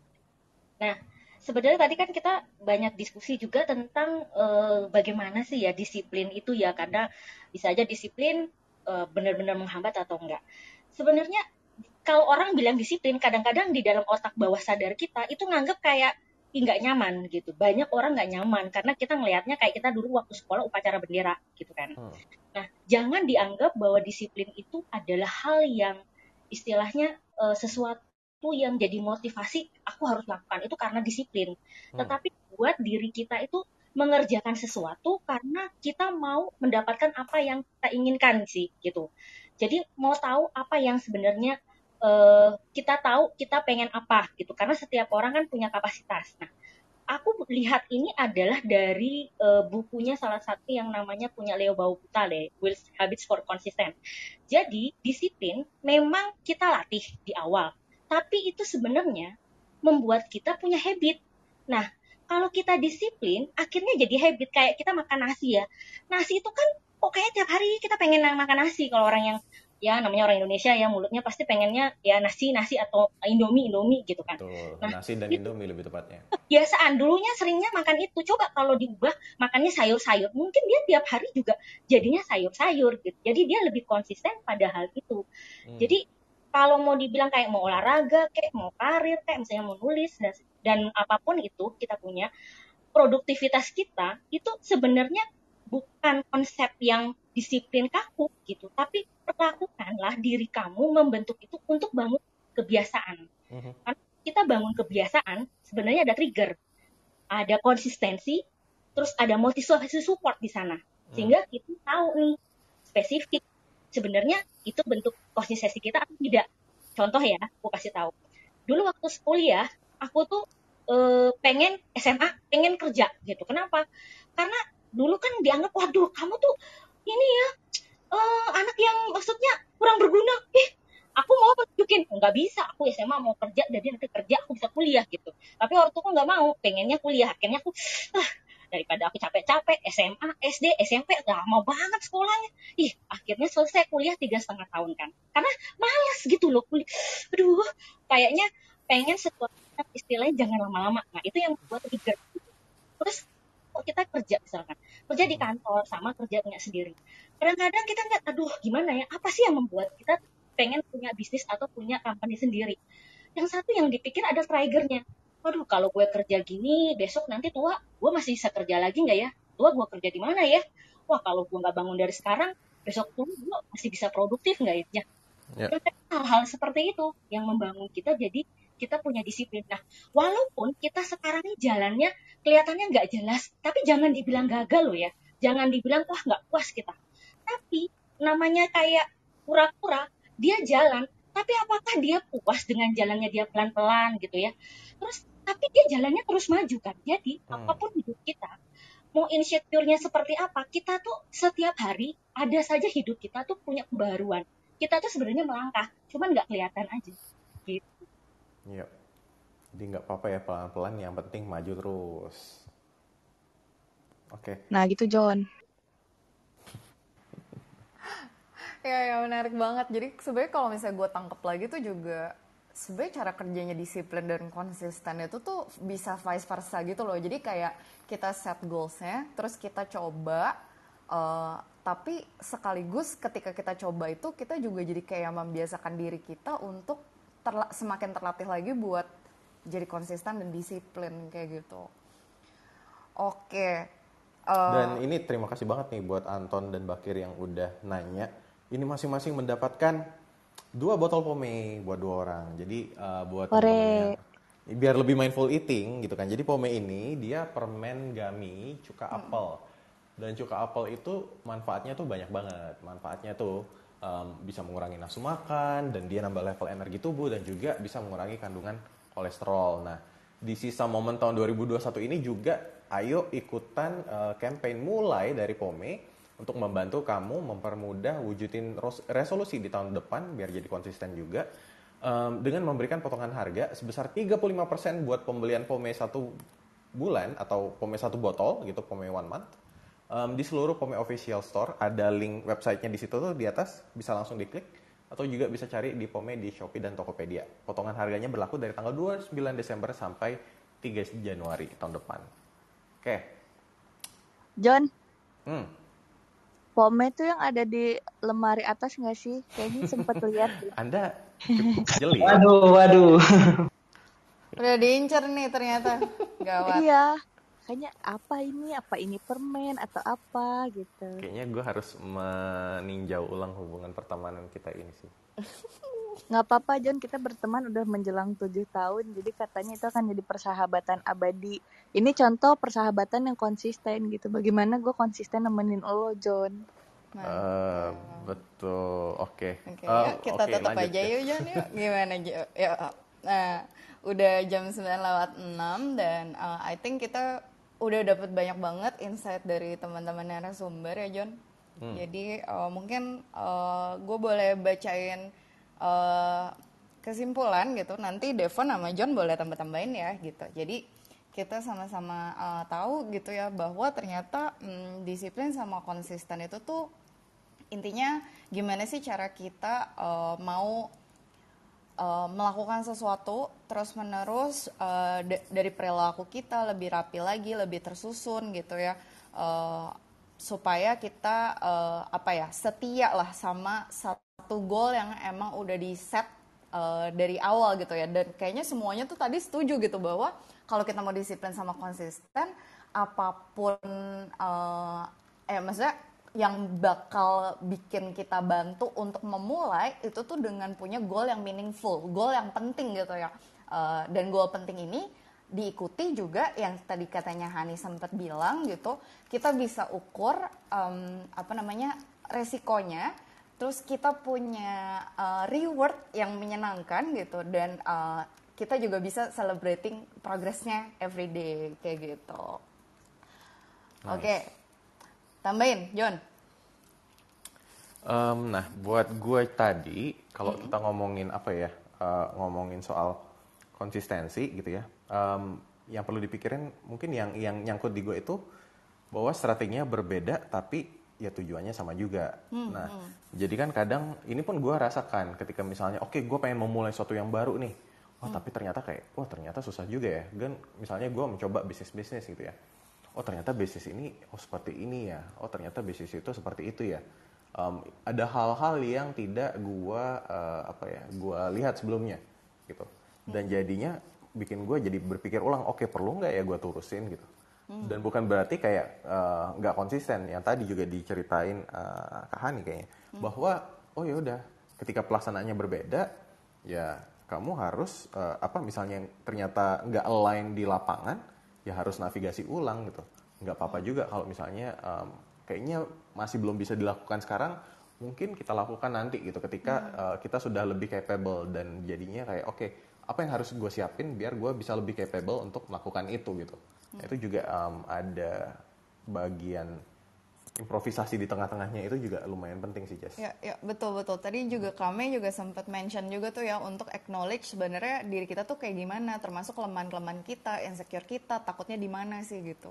Nah, sebenarnya tadi kan kita banyak diskusi juga tentang eh, bagaimana sih ya disiplin itu ya, karena bisa aja disiplin eh, benar-benar menghambat atau enggak. Sebenarnya kalau orang bilang disiplin, kadang-kadang di dalam otak bawah sadar kita itu nganggep kayak ih, nggak nyaman gitu. Banyak orang nggak nyaman karena kita ngelihatnya kayak kita dulu waktu sekolah upacara bendera gitu kan. Hmm. Nah, jangan dianggap bahwa disiplin itu adalah hal yang istilahnya eh, sesuatu yang jadi motivasi aku harus lakukan itu karena disiplin. Hmm. Tetapi buat diri kita itu mengerjakan sesuatu karena kita mau mendapatkan apa yang kita inginkan sih gitu. Jadi mau tahu apa yang sebenarnya eh, kita tahu kita pengen apa gitu, karena setiap orang kan punya kapasitas. Nah, aku lihat ini adalah dari eh, bukunya salah satu yang namanya punya Leo Bautale, Will Habits for Consistent. Jadi disiplin memang kita latih di awal, tapi itu sebenarnya membuat kita punya habit. Nah, kalau kita disiplin, akhirnya jadi habit. Kayak kita makan nasi ya. Nasi itu kan kok kayak tiap hari kita pengen makan nasi. Kalau orang yang, ya namanya orang Indonesia ya, mulutnya pasti pengennya ya nasi-nasi atau Indomie, Indomie gitu kan. Betul. Nah, Nasi dan itu Indomie lebih tepatnya. kebiasaan. Dulunya seringnya makan itu. Coba kalau diubah makannya sayur-sayur, mungkin dia tiap hari juga jadinya sayur-sayur gitu. Jadi dia lebih konsisten pada hal itu. Hmm. Jadi kalau mau dibilang kayak mau olahraga, kayak mau karir, kayak misalnya mau nulis dan, dan apapun itu kita punya, produktivitas kita itu sebenarnya bukan konsep yang disiplin kaku gitu, tapi perlakukanlah diri kamu membentuk itu untuk bangun kebiasaan. Mhm. Karena kita bangun kebiasaan sebenarnya ada trigger, ada konsistensi, terus ada motivasi support di sana, sehingga kita tahu nih spesifik sebenarnya itu bentuk konsistensi kita atau tidak. Contoh ya, aku kasih tahu. Dulu waktu kuliah, aku tuh eh, pengen S M A, pengen kerja gitu. Kenapa? Karena dulu kan dianggap, waduh kamu tuh ini ya eh, anak yang maksudnya kurang berguna. Eh, aku mau tunjukin, nggak bisa. Aku S M A mau kerja, jadi nanti kerja aku bisa kuliah gitu. Tapi waktu aku nggak mau, pengennya kuliah. Akhirnya aku, ah, daripada aku capek-capek S M A, S D, S M P lama banget sekolahnya. Ih, akhirnya selesai kuliah tiga setengah tahun kan. Karena malas gitu loh kuliah. Aduh, kayaknya pengen sesuatu yang istilahnya jangan lama-lama. Nah, itu yang membuat trigger. Terus kok kita kerja misalkan, kerja di kantor sama kerja punya sendiri. Kadang-kadang kita nggak, aduh gimana ya, apa sih yang membuat kita pengen punya bisnis atau punya company sendiri. Yang satu yang dipikir ada triggernya. Waduh, kalau gue kerja gini, besok nanti tua, gue masih bisa kerja lagi nggak ya? Tua gue kerja di mana ya? Wah, kalau gue nggak bangun dari sekarang, besok tua gue masih bisa produktif nggak ya? Ya. Hal-hal seperti itu yang membangun kita jadi kita punya disiplin. Nah, walaupun kita sekarang ini jalannya kelihatannya nggak jelas, tapi jangan dibilang gagal loh ya. Jangan dibilang, wah nggak puas kita. Tapi namanya kayak kura-kura, dia jalan, tapi apakah dia puas dengan jalannya dia pelan-pelan gitu ya? Terus, tapi dia jalannya terus maju kan. Jadi, Hmm. apapun hidup kita, mau insecure-nya seperti apa, kita tuh setiap hari ada saja hidup kita tuh punya kebaruan. Kita tuh sebenarnya melangkah, cuman nggak kelihatan aja. Gitu. Iya. Jadi nggak apa-apa ya, pelan-pelan, yang penting maju terus. Oke. Nah gitu John. Ya, ya menarik banget. Jadi sebenarnya kalau misalnya gue tangkep lagi tuh juga sebenarnya cara kerjanya disiplin dan konsisten itu tuh bisa vice versa gitu loh. Jadi kayak kita set goals-nya, terus kita coba, uh, tapi sekaligus ketika kita coba itu kita juga jadi kayak membiasakan diri kita untuk terla- semakin terlatih lagi buat jadi konsisten dan disiplin kayak gitu. Oke. Uh, Dan ini terima kasih banget nih buat Anton dan Bakir yang udah nanya. Ini masing-masing mendapatkan dua botol pome buat dua orang. Jadi uh, buat teman-teman yang biar lebih mindful eating gitu kan. Jadi pome ini dia permen gummy cuka apel. Dan cuka apel itu manfaatnya tuh banyak banget. Manfaatnya tuh um, bisa mengurangi nafsu makan dan dia nambah level energi tubuh dan juga bisa mengurangi kandungan kolesterol. Nah, di sisa momen tahun dua ribu dua puluh satu ini juga ayo ikutan uh, campaign mulai dari Pome untuk membantu kamu mempermudah wujudin resolusi di tahun depan biar jadi konsisten juga um, dengan memberikan potongan harga sebesar tiga puluh lima persen buat pembelian Pome satu bulan atau Pome satu botol gitu, Pome one month um, di seluruh Pome official store. Ada link websitenya di situ tuh di atas, bisa langsung diklik atau juga bisa cari di Pome di Shopee dan Tokopedia. Potongan harganya berlaku dari tanggal dua puluh sembilan Desember sampai tiga Januari tahun depan. Oke. Okay. John. Hmm. Pome tuh yang ada di lemari atas nggak sih? Kayaknya sempat lihat. Anda cukup jeli. Waduh, waduh. Udah diincar nih ternyata. Gawat. Iya. Kayaknya apa ini? Apa ini permen atau apa gitu. Kayaknya gue harus meninjau ulang hubungan pertemanan kita ini sih. Nggak apa-apa John, kita berteman udah menjelang tujuh tahun. Jadi katanya itu akan jadi persahabatan abadi. Ini contoh persahabatan yang konsisten gitu. Bagaimana gue konsisten nemenin lo John. Nah, uh, betul, oke. Okay. Oke, okay. uh, yuk kita okay, tutup aja yuk John yuk. Gimana yuk? Yuk. Nah, udah jam sembilan lewat enam dan uh, I think kita udah dapat banyak banget insight dari teman-teman narasumber ya John. Hmm. Jadi uh, mungkin uh, gue boleh bacain uh, kesimpulan gitu. Nanti Devon sama John boleh tambah-tambahin ya gitu. Jadi kita sama-sama uh, tahu gitu ya bahwa ternyata um, disiplin sama konsisten itu tuh intinya gimana sih cara kita uh, mau uh, melakukan sesuatu terus-menerus uh, d- dari perilaku kita lebih rapi lagi, lebih tersusun gitu ya. Uh, supaya kita uh, apa ya setia lah sama satu goal yang emang udah di set uh, dari awal gitu ya. Dan kayaknya semuanya tuh tadi setuju gitu bahwa kalau kita mau disiplin sama konsisten, apapun uh, eh maksudnya yang bakal bikin kita bantu untuk memulai itu tuh dengan punya goal yang meaningful, goal yang penting gitu ya. Uh, dan goal penting ini diikuti juga yang tadi katanya Hani sempat bilang gitu, kita bisa ukur um, apa namanya resikonya, terus kita punya uh, reward yang menyenangkan gitu, dan uh, kita juga bisa celebrating progressnya everyday kayak gitu. Nice. Oke, okay. Tambahin John. Um, nah buat gue tadi kalau mm-hmm. kita ngomongin apa ya, uh, ngomongin soal konsistensi gitu ya. Um, yang perlu dipikirin mungkin yang yang nyangkut di gue itu bahwa strateginya berbeda tapi ya tujuannya sama juga. Hmm, Nah, hmm. jadi kan kadang ini pun gue rasakan ketika misalnya, oke gue pengen memulai sesuatu yang baru nih, oh tapi ternyata kayak, wah ternyata susah juga ya. Dan misalnya gue mencoba bisnis-bisnis gitu ya, oh ternyata bisnis ini, oh seperti ini ya, oh ternyata bisnis itu seperti itu ya. Um, ada hal-hal yang tidak gue uh, apa ya, gue lihat sebelumnya gitu. Dan jadinya bikin gue jadi berpikir ulang, oke perlu nggak ya gue turusin gitu. Dan bukan berarti kayak uh, nggak konsisten, yang tadi juga diceritain uh, Kak Hani kayaknya, bahwa oh ya udah ketika pelaksanaannya berbeda ya kamu harus uh, apa misalnya yang ternyata nggak align di lapangan ya harus navigasi ulang gitu. Nggak apa-apa juga kalau misalnya um, kayaknya masih belum bisa dilakukan sekarang, mungkin kita lakukan nanti gitu ketika uh, kita sudah lebih capable dan jadinya kayak oke apa yang harus gue siapin biar gue bisa lebih capable untuk melakukan itu gitu. Nah, itu juga um, ada bagian improvisasi di tengah-tengahnya, itu juga lumayan penting sih, Jess. Ya, ya betul betul. Tadi juga kami juga sempat mention juga tuh ya untuk acknowledge sebenarnya diri kita tuh kayak gimana, termasuk kelemahan-kelemahan kita, insecure kita, takutnya di mana sih gitu.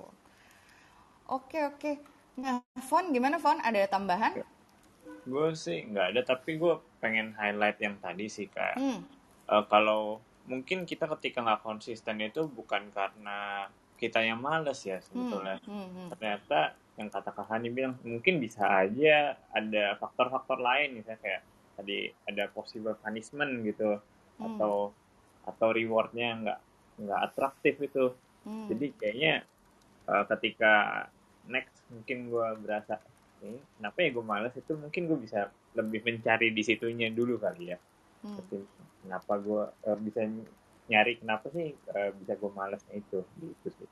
Oke oke. Nah, Fon gimana Fon? Ada tambahan? Gue sih nggak ada, tapi gue pengen highlight yang tadi sih kayak Hmm. uh, kalau mungkin kita ketika nggak konsisten itu bukan karena kita yang males ya sebetulnya. Hmm. Hmm. Hmm. Ternyata yang kata Kak Hani bilang mungkin bisa aja ada faktor-faktor lain misalnya kayak tadi ada possible punishment gitu Hmm. atau atau rewardnya nggak nggak atraktif itu. Hmm. Jadi kayaknya uh, ketika next mungkin gue berasa eh, kenapa ya gue males itu mungkin gue bisa lebih mencari di situnya dulu kali ya. Hmm. Tapi kenapa gue uh, bisa nyari kenapa sih uh, bisa gue malesnya itu gitu sih.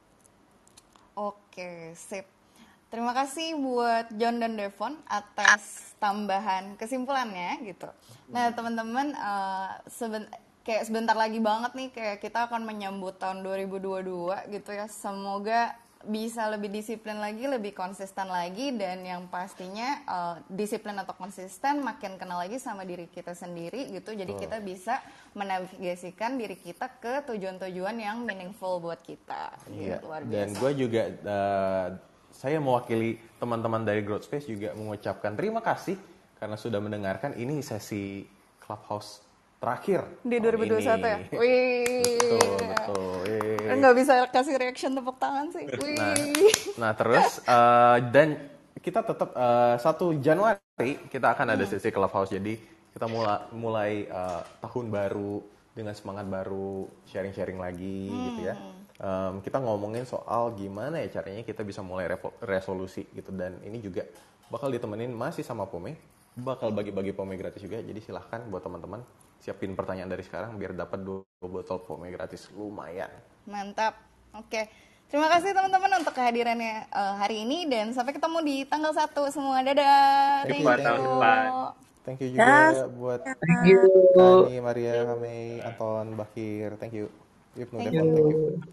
Oke, sip. Terima kasih buat John dan Devon atas tambahan kesimpulannya gitu. Nah, teman-teman uh, seben- kayak sebentar lagi banget nih kayak kita akan menyambut tahun dua ribu dua puluh dua gitu ya. Semoga bisa lebih disiplin lagi, lebih konsisten lagi, dan yang pastinya uh, disiplin atau konsisten makin kenal lagi sama diri kita sendiri gitu. Jadi Betul. kita bisa menavigasikan diri kita ke tujuan-tujuan yang meaningful buat kita. Iya. Gitu, luar Dan biasa. gue juga uh, saya mewakili teman-teman dari Growth Space juga mengucapkan terima kasih karena sudah mendengarkan. Ini sesi Clubhouse terakhir Di tahun dua ribu dua puluh satu ini. ya? Wih. Betul, betul. Yeay. Nggak bisa kasih reaction tepuk tangan sih. Wih. Nah, nah terus uh, dan kita tetap uh, satu Januari kita akan ada sesi Clubhouse. Jadi kita mulai mulai uh, tahun baru dengan semangat baru, sharing-sharing lagi gitu ya. Um, kita ngomongin soal gimana ya caranya kita bisa mulai revo- resolusi gitu, dan ini juga bakal ditemenin masih sama Pome, bakal bagi-bagi Pome gratis juga. Jadi silahkan buat teman-teman siapin pertanyaan dari sekarang biar dapat dua botol Pome gratis, lumayan. Mantap. Oke. Terima kasih teman-teman untuk kehadirannya uh, hari ini, dan sampai ketemu di tanggal satu semua. Dadah. Thank Thank you, you. tahun depan. Thank you juga Yes. buat Thank you. Kani, Maria, Kamei, Anton, Bakir. Thank you. Ibnu, Thank Devon, thank you. you.